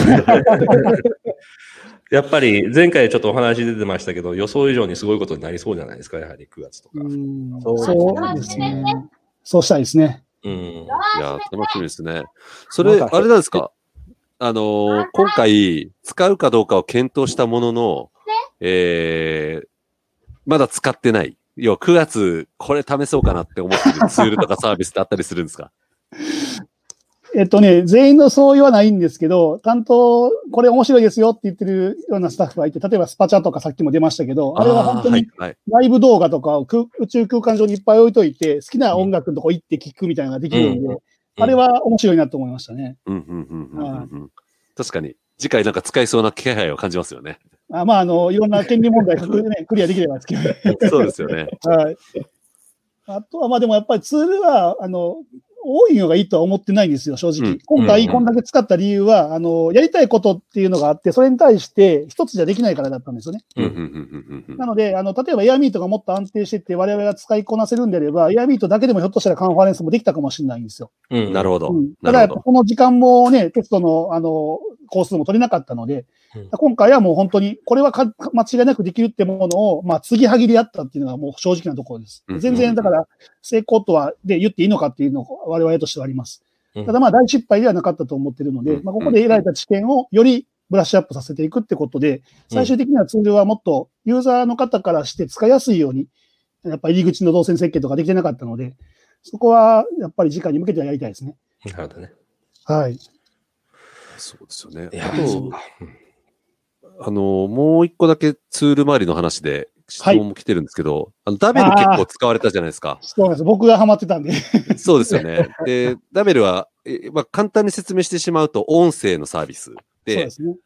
やっぱり前回ちょっとお話出てましたけど、予想以上にすごいことになりそうじゃないですか、やはりくがつとか。 うんそうですね。そうしたいですね。 うん。いや、楽しみですね。それ、あれなんですかあのー、今回、使うかどうかを検討したものの、えー、まだ使ってない。要はくがつ、これ試そうかなって思ってるツールとかサービスってあったりするんですかえっとね、全員の相違はないんですけど、担当、これ面白いですよって言ってるようなスタッフがいて、例えばスパチャとかさっきも出ましたけど、あれは本当にライブ動画とかを宇宙空間上にいっぱい置いといて、好きな音楽のとこ行って聞くみたいなのができるんで、うん、あれは面白いなと思いましたね。 確かに、次回なんか使いそうな気配を感じますよね。 あまあ、あの、いろんな権利問題、ね、クリアできればですけど。 そうですよね。 はい。あとは、まあでもやっぱりツールは、あの、多いのがいいとは思ってないんですよ、正直。うん、今回こんだけ使った理由は、あの、やりたいことっていうのがあって、それに対して一つじゃできないからだったんですよね。なので、あの、例えばエアミートがもっと安定してて、我々が使いこなせるんであれば、エアミートだけでもひょっとしたらカンファレンスもできたかもしれないんですよ。 うん、なるほど。うん、 ただやっぱこの時間もね、テストの、あの、コースも取れなかったので、うん、今回はもう本当に、これはか間違いなくできるってものを、まあ、継ぎはぎでやったっていうのがもう正直なところです。全然、だから、成功とは、で言っていいのかっていうのを我々としてはあります。ただまあ、大失敗ではなかったと思っているので、まあ、ここで得られた知見をよりブラッシュアップさせていくってことで、最終的にはツールはもっとユーザーの方からして使いやすいように、やっぱり入り口の動線設計とかできてなかったので、そこはやっぱり次回に向けてはやりたいですね。 なるほどね。 はい。 そうですよね。あと、あの、もう一個だけツール周りの話で質問も来てるんですけど、はい、あのダベル結構使われたじゃないですか。 そうです。僕がハマってたんで。 そうですよね。で、ダベルは、えまあ、簡単に説明してしまうと、音声のサービスで、そうですね。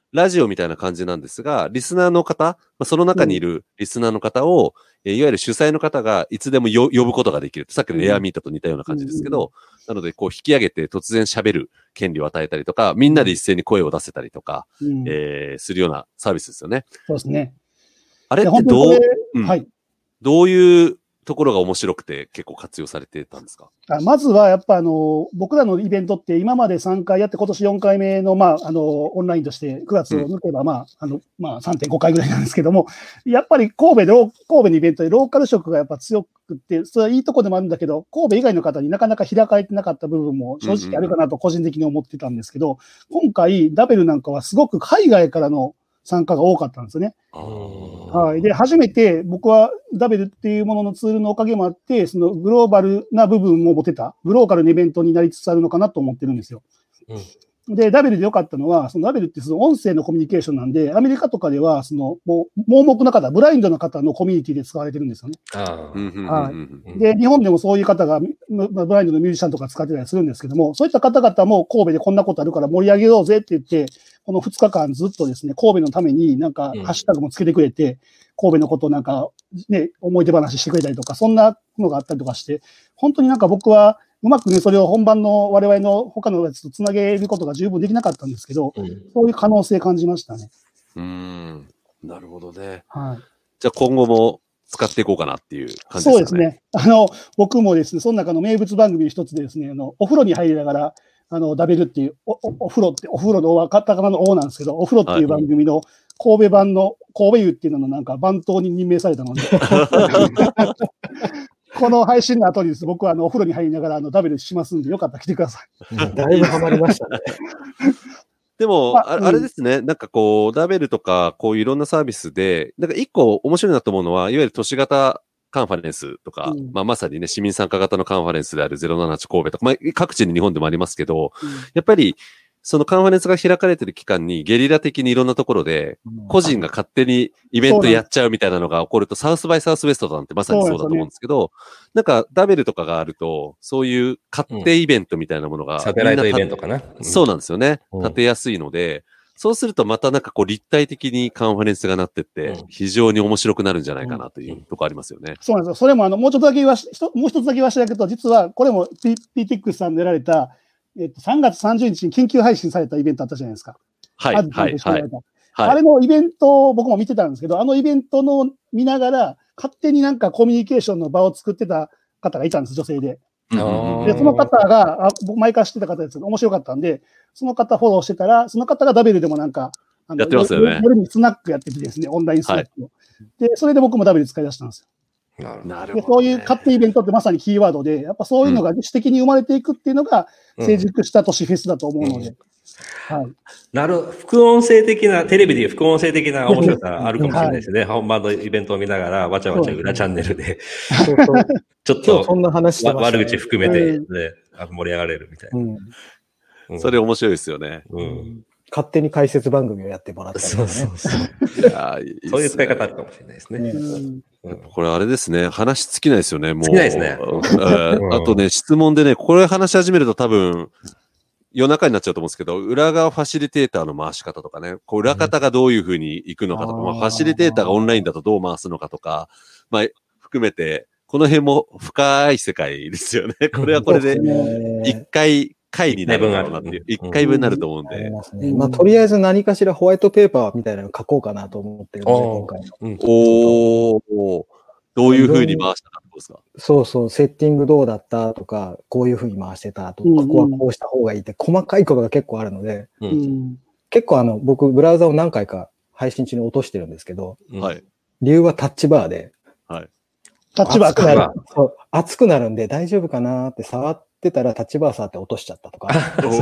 ラジオみたいな感じなんですが、リスナーの方、まあ、その中にいるリスナーの方を、うん、いわゆる主催の方がいつでもよ呼ぶことができる。さっきのエアミートと似たような感じですけど、うん、なので、こう引き上げて突然喋る権利を与えたりとか、みんなで一斉に声を出せたりとか、うん、えー、するようなサービスですよね。 そうですね。 あれってどう、うん、 はい。 どういうところが面白くて結構活用されてたんですか？ まずはやっぱあの僕らのイベントって今までさんかいやって今年よんかいめの、まあ、あのオンラインとしてくがつを抜けば、うん、まああのまあ、さんてんごかいぐらいなんですけども、やっぱり神戸で神戸のイベントでローカル色がやっぱ強くて、それはいいとこでもあるんだけど、神戸以外の方になかなか開かれてなかった部分も正直あるかなと個人的に思ってたんですけど、うんうん、今回ダベルなんかはすごく海外からの参加が多かったんですよね。はい。で、初めて僕はダベルっていうもののツールのおかげもあって、そのグローバルな部分も持てた、グローカルなイベントになりつつあるのかなと思ってるんですよ。うん、で、ダベルで良かったのは、そのダベルってその音声のコミュニケーションなんで、アメリカとかでは、その、もう、盲目な方、ブラインドな方のコミュニティで使われてるんですよね。はい。で、日本でもそういう方が、ブラインドのミュージシャンとか使ってたりするんですけども、そういった方々も神戸でこんなことあるから盛り上げようぜって言って、このふつかかんずっとですね、神戸のためになんかハッシュタグもつけてくれて、うん、神戸のことをなんかね、思い出話してくれたりとか、そんなのがあったりとかして、本当になんか僕はうまくね、それを本番の我々の他のやつとつなげることが十分できなかったんですけど、うん、そういう可能性感じましたね。 うーん、なるほどね。 はい。 じゃあ今後も使っていこうかなっていう感じですかね。 そうですね。あの、僕もですね、その中の名物番組の一つでですね、あの、お風呂に入りながら、あの、ダベルっていう、お、お、お風呂って、お風呂のカタカナのOなんですけど、お風呂っていう番組の神戸版の、神戸湯っていうののなんか番頭に任命されたので、この配信の後にです、僕はあの、お風呂に入りながらあの、ダベルしますんで、よかったら来てください。 だいぶハマりましたね。 でも、あ、あれですね、うん、なんかこう、ダベルとか、こういういろんなサービスで、なんか一個面白いなと思うのは、いわゆる都市型カンファレンスとか、うん、まあまさにね、市民参加型のカンファレンスであるゼロななはち神戸とか、まあ各地に日本でもありますけど、うん、やっぱり、そのカンファレンスが開かれてる期間にゲリラ的にいろんなところで、個人が勝手にイベントやっちゃうみたいなのが起こると、サウスバイサウスウエストなんてまさにそうだと思うんですけど、なんかダベルとかがあると、そういう勝手イベントみたいなものが、 サテライトイベントかな。 そうなんですよね。立てやすいので、そうするとまたなんかこう立体的にカンファレンスがなってって、非常に面白くなるんじゃないかなというところありますよね。 そうなんですよ。それもあの、もうちょっとだけ言わし、もう一つだけ言わせてあげると、実はこれも ピーティックス さんでやられた、えっと、さんがつさんじゅうにちに緊急配信されたイベントあったじゃないですか。 はい、はい、はい。はい、 あれのイベントを僕も見てたんですけど、あのイベントの見ながら、勝手になんかコミュニケーションの場を作ってた方がいたんです、女性で。で、その方が、あ僕前から知ってた方ですけど、面白かったんで、その方フォローしてたら、その方がダベルでもなんか、 あのやってますよね。 夜にスナックやっててですね、オンラインスナックを。はい、で、それで僕もダベル使い出したんですよ。 なるほど、ね。 そういう勝手イベントってまさにキーワードで、やっぱそういうのが自主的に生まれていくっていうのが、成熟した都市フェスだと思うので。 うんうん、はい。なる、副音声的な、テレビでいう副音声的な面白さあるかもしれないですね。はい、本番のイベントを見ながら、わちゃわちゃ裏チャンネルで、そうそうちょっと、 そんな話してましたね、 悪口含めて、ね、うん、盛り上がれるみたいな。うんうん、それ面白いですよね。 うん勝手に解説番組をやってもらったりとかね。 そうそうそう。いやいいね、そういう使い方あるかもしれないですね。うんうん、これあれですね。話尽きないですよね。もう。 尽きないですね。 あとね、質問でね、これ話し始めると多分、夜中になっちゃうと思うんですけど、裏側ファシリテーターの回し方とかね、こう裏方がどういう風に行くのかとか、うん、まあ、ファシリテーターがオンラインだとどう回すのかとか、まあ、含めて、この辺も深い世界ですよね。これはこれで、一回、回になるなっていう。一回分になると思うんで。 あますね。まあ、とりあえず何かしらホワイトペーパーみたいなの書こうかなと思ってるので、今回の。 うん、おー。どういう風に回したかってことですか？ そうそう、セッティングどうだったとか、こういう風に回してたとか、うんうん、ここはこうした方がいいって、細かいことが結構あるので、うん、結構あの、僕、ブラウザを何回か配信中に落としてるんですけど、 はい。 理由はタッチバーで、 はい。 タッチバー熱くなる。 そう、熱くなるんで大丈夫かなって触ってたらタッチバー触って落としちゃったとか。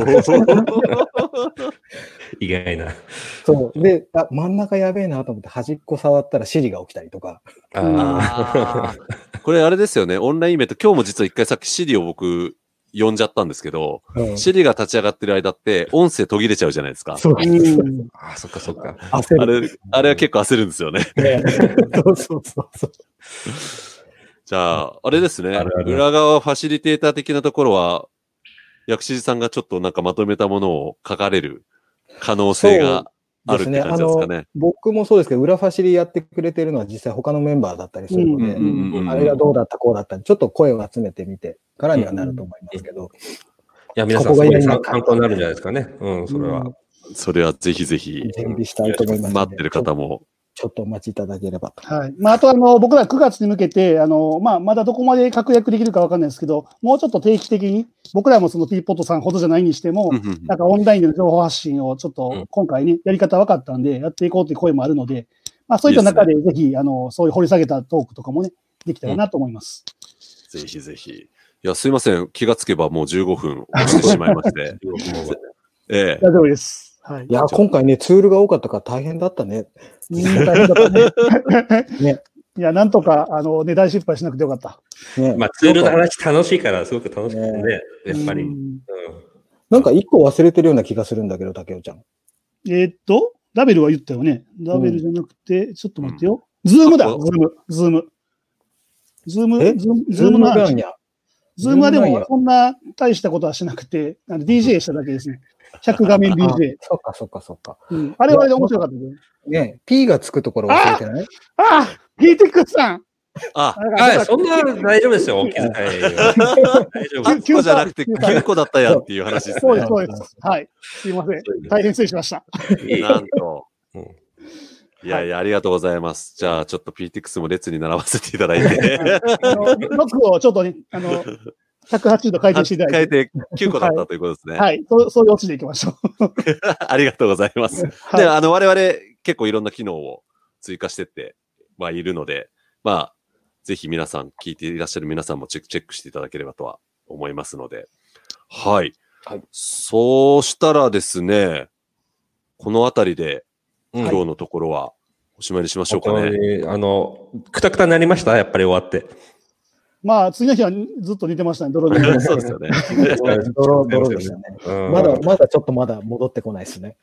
意外な。 そう。で、あ、真ん中やべえなと思って端っこ触ったらシリが起きたりとか。 あこれあれですよね。オンラインイベント、今日も実は一回さっきシリを僕呼んじゃったんですけど、うん、シリが立ち上がってる間って音声途切れちゃうじゃないですか。 そう。 あ、そっかそっか。 焦る。あれ、あれは結構焦るんですよね。 そうそうそうそう。 じゃあ、あれですね。あるある裏側ファシリテーター的なところは、薬師寺さんがちょっとなんかまとめたものを書かれる可能性があるって感じですかね。あの僕もそうですけど、裏ファシリやってくれてるのは実際他のメンバーだったりするので、あれがどうだった、こうだった、ちょっと声を集めてみてからにはなると思いますけど。 いや、皆さん、参考になるんじゃないですかね。うん、それは。 それはぜひぜひ、 準備したいと思います。 待ってる方も。 ちょっとお待ちいただければ。 はい。まあ、あと、あの、僕らくがつに向けて、あの、まあ、まだどこまで確約できるかわかんないですけど、もうちょっと定期的に、僕らもその P ポットさんほどじゃないにしても、なんかオンラインでの情報発信をちょっと今回ね、やり方分かったんで、やっていこうという声もあるので、まあ、そういった中でぜひ、あの、そういう掘り下げたトークとかもね、できたらなと思います。 ぜひぜひ。いや、すいません。気がつけばもうじゅうごふん押してしまいまして。 ええ。大丈夫です。はい。 いや、今回ね、ツールが多かったから大変だったね。 大変だったね。ね。いや、なんとか、あの、値段失敗しなくてよかった。 ね、まあ、ツールの話楽しいから、すごく楽しくてね、ねやっぱり。うん、 なんか一個忘れてるような気がするんだけど、竹尾ちゃん。 えー、っと、ラベルは言ったよね。ラベルじゃなくて、うん、ちょっと待ってよ。ズームだ、ズーム、ズーム。ズーム、ズーム、ズームの話。ズームはでも、そんな大したことはしなくて、あの ディージェー しただけですね。ひゃく画面 ディージェー。 そっかそっかそっか。 うん、あれはあれで面白かったですね。ね P がつくところ忘れてない？ ああ !P テックスさんあ、はい、そんな大丈夫ですよ、お気遣い。大丈夫。きゅうこじゃなくてきゅうこだったやんっていう話ですね。 そうです、そうです。はい。すいません。大変失礼しました。 なんと。いやいや、ありがとうございます。じゃあ、ちょっと ピーティーエックス も列に並ばせていただいて。 ロックをちょっとね、あの、ひゃくはちじゅうど回転していただいて。 変えてきゅうこだったということですね。 はい。はい、そうそういうオチでいきましょう。 ありがとうございます。はい、で、あの、我々結構いろんな機能を追加してってはいるので、まあ、ぜひ皆さん、聞いていらっしゃる皆さんもチェック、チェックしていただければとは思いますので。はい。はい、そうしたらですね、このあたりで、今日のところはおしまいにしましょうかね。 はい、あの、くたくたになりましたやっぱり終わって。 まあ、次の日はずっと寝てましたね、泥で。 そうですよね。 泥、泥でしたね。まだ、まだちょっとまだ戻ってこないですね。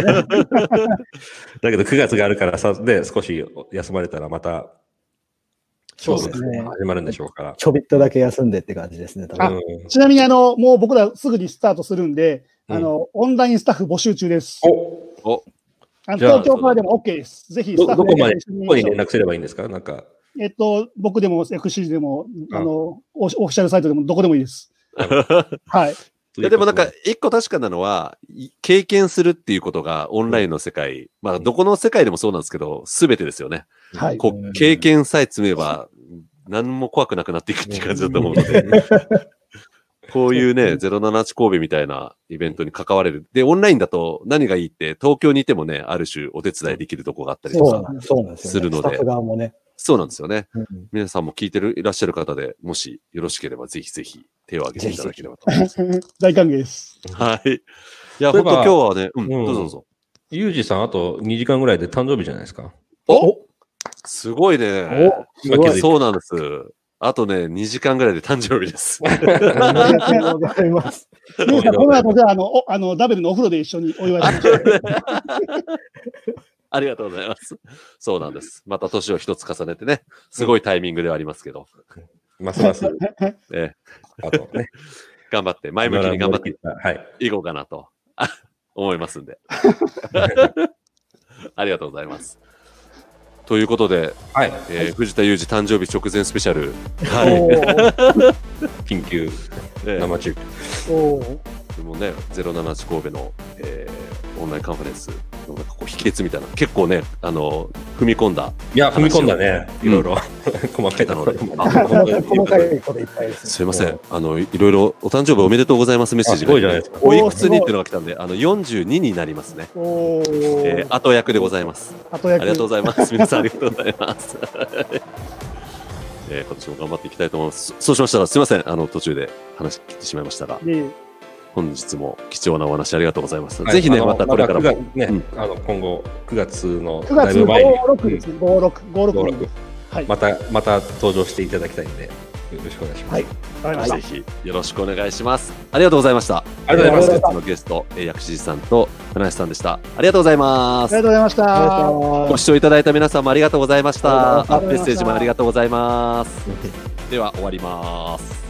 だけどくがつがあるからさ、で、少し休まれたらまた、 そうですね。 始まるんでしょうから。 ちょびっとだけ休んでって感じですね、多分。ちなみに、あの、もう僕らすぐにスタートするんで、あの、オンラインスタッフ募集中です。 おお東京からでも OK です。ぜひスタッフどこまで、どこに連絡すればいいんですかなんか。 えっと、僕でも、エクシー でも、あの、オフィシャルサイトでもどこでもいいです。はい。 いやでもなんか、一個確かなのは、経験するっていうことがオンラインの世界、まあ、どこの世界でもそうなんですけど、すべてですよね。はい。こう経験さえ積めば、何も怖くなくなっていくっていう感じだと思うので。こういうね、ゼロななはち神戸みたいなイベントに関われる。で、オンラインだと何がいいって、東京にいてもね、ある種お手伝いできるとこがあったりとかするので。そうなんですよね。皆さんも聞いてる、いらっしゃる方で、もしよろしければ、ぜひぜひ手を挙げていただければと思います。 大歓迎です。 はい。いや、本当今日はね、うん、どうぞどうぞ。 ゆうじさん、あとにじかんぐらいで誕生日じゃないですか。 おすごいね。そうなんです。あとね、にじかんぐらいで誕生日です。 ありがとうございます。 皆さん、この後じゃあ、あの、あの、ダブルのお風呂で一緒にお祝いしましょう。 ありがとうございます。そうなんです。また年を一つ重ねてね、すごいタイミングではありますけど。 ますます。 ね、あとね、頑張って、前向きに頑張っていこうかなと思いますんで。ありがとうございます。ということで、 はいえー、藤田裕二誕生日直前スペシャル、 はい、緊急生中継。 でもね、ゼロななはち神戸の、えー、オンラインカンファレンスのなんかこう秘訣みたいな、結構ね、あの踏み込んだ。 いや、踏み込んだね。いろいろ、細かいので。細かいこといっぱいです、ね。 すいません。あの、いろいろお誕生日おめでとうございますメッセージが。 すごいじゃないですか。 おいくつにっていうのが来たんで、あの、よんじゅうにになりますね。 おえー、後役でございます。 後役。 ありがとうございます。皆さんありがとうございます。えー、今年も頑張っていきたいと思います。そうしましたら、すいません。あの、途中で話切ってしまいましたが。 ね本日も貴重なお話ありがとうございます。はい、ぜひね、またこれからも。 ね、うん、あの今後くがつのだいぶ前に。ごろくですね。ごろく。ごろく。 はい。また、また登場していただきたいので、よろしくお願いします。 はい。わかりました。 ぜひよろしくお願いします。ありがとうございました。 ありがとうございます。 本日のゲスト、薬師寺さんと船橋さんでした。ありがとうございます。 ありがとうございました。 ご視聴いただいた皆さんもありがとうございました。メッセージもありがとうございます。では終わります。